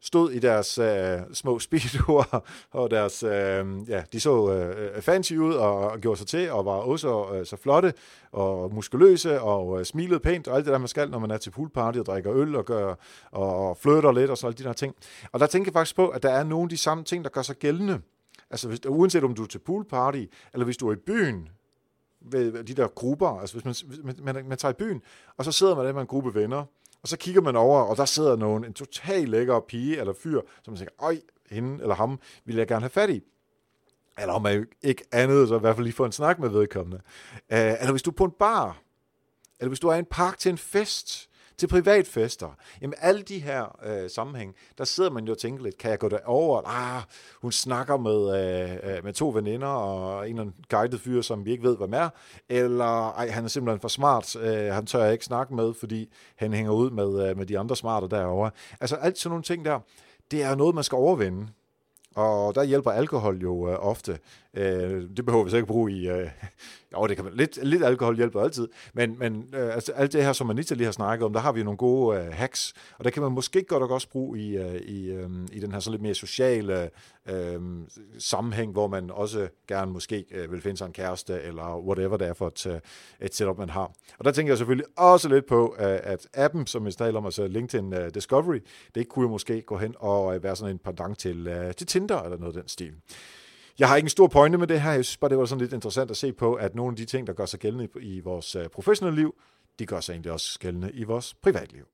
stod i deres øh, små speedoer, og deres, øh, ja, de så øh, fancy ud og, og gjorde sig til, og var også øh, så flotte og muskuløse og øh, smilede pænt, og alt det der, man skal, når man er til poolparty og drikker øl og, gør, og, og flirter lidt og sådan alle de der ting. Og der tænker jeg faktisk på, at der er nogle af de samme ting, der gør sig gældende. Altså hvis, uanset om du er til poolparty, eller hvis du er i byen, ved de der grupper, altså hvis man, man, man, man tager i byen, og så sidder man der med en gruppe venner, og så kigger man over, og der sidder nogen, en total lækker pige eller fyr, som man tænker, øj, hende eller ham vil jeg gerne have fat i. Eller om man ikke andet, så i hvert fald lige få en snak med vedkommende. Uh, eller hvis du er på en bar, eller hvis du er i en park til en fest, til privatfester. Jamen alle de her øh, sammenhæng, der sidder man jo og tænker lidt, kan jeg gå derover? Ah, hun snakker med, øh, med to veninder og en eller anden guided fyr, som vi ikke ved, hvad er. Eller ej, han er simpelthen for smart. Øh, han tør jeg ikke snakke med, fordi han hænger ud med, øh, med de andre smarte derovre. Altså alt sådan nogle ting der, det er noget, man skal overvinde. Og der hjælper alkohol jo øh, ofte. Øh, det behøver vi så ikke bruge i... Øh, jo, det kan man, lidt, lidt alkohol hjælper altid. Men, men øh, altså, alt det her, som Anita lige har snakket om, der har vi jo nogle gode øh, hacks. Og der kan man måske godt og også bruge i, øh, i, øh, i den her sådan lidt mere sociale øh, sammenhæng, hvor man også gerne måske øh, vil finde sig en kæreste, eller whatever det er for et, et setup, man har. Og der tænker jeg selvfølgelig også lidt på, øh, at appen, som jeg taler om, altså LinkedIn uh, Discovery, det kunne jo måske gå hen og være sådan en pendant til, øh, til Tinder, eller noget af den stil. Jeg har ikke en stor pointe med det her. Jeg synes bare, det var sådan lidt interessant at se på, at nogle af de ting, der gør sig gældende i vores professionelle liv, de gør sig egentlig også gældende i vores privatliv.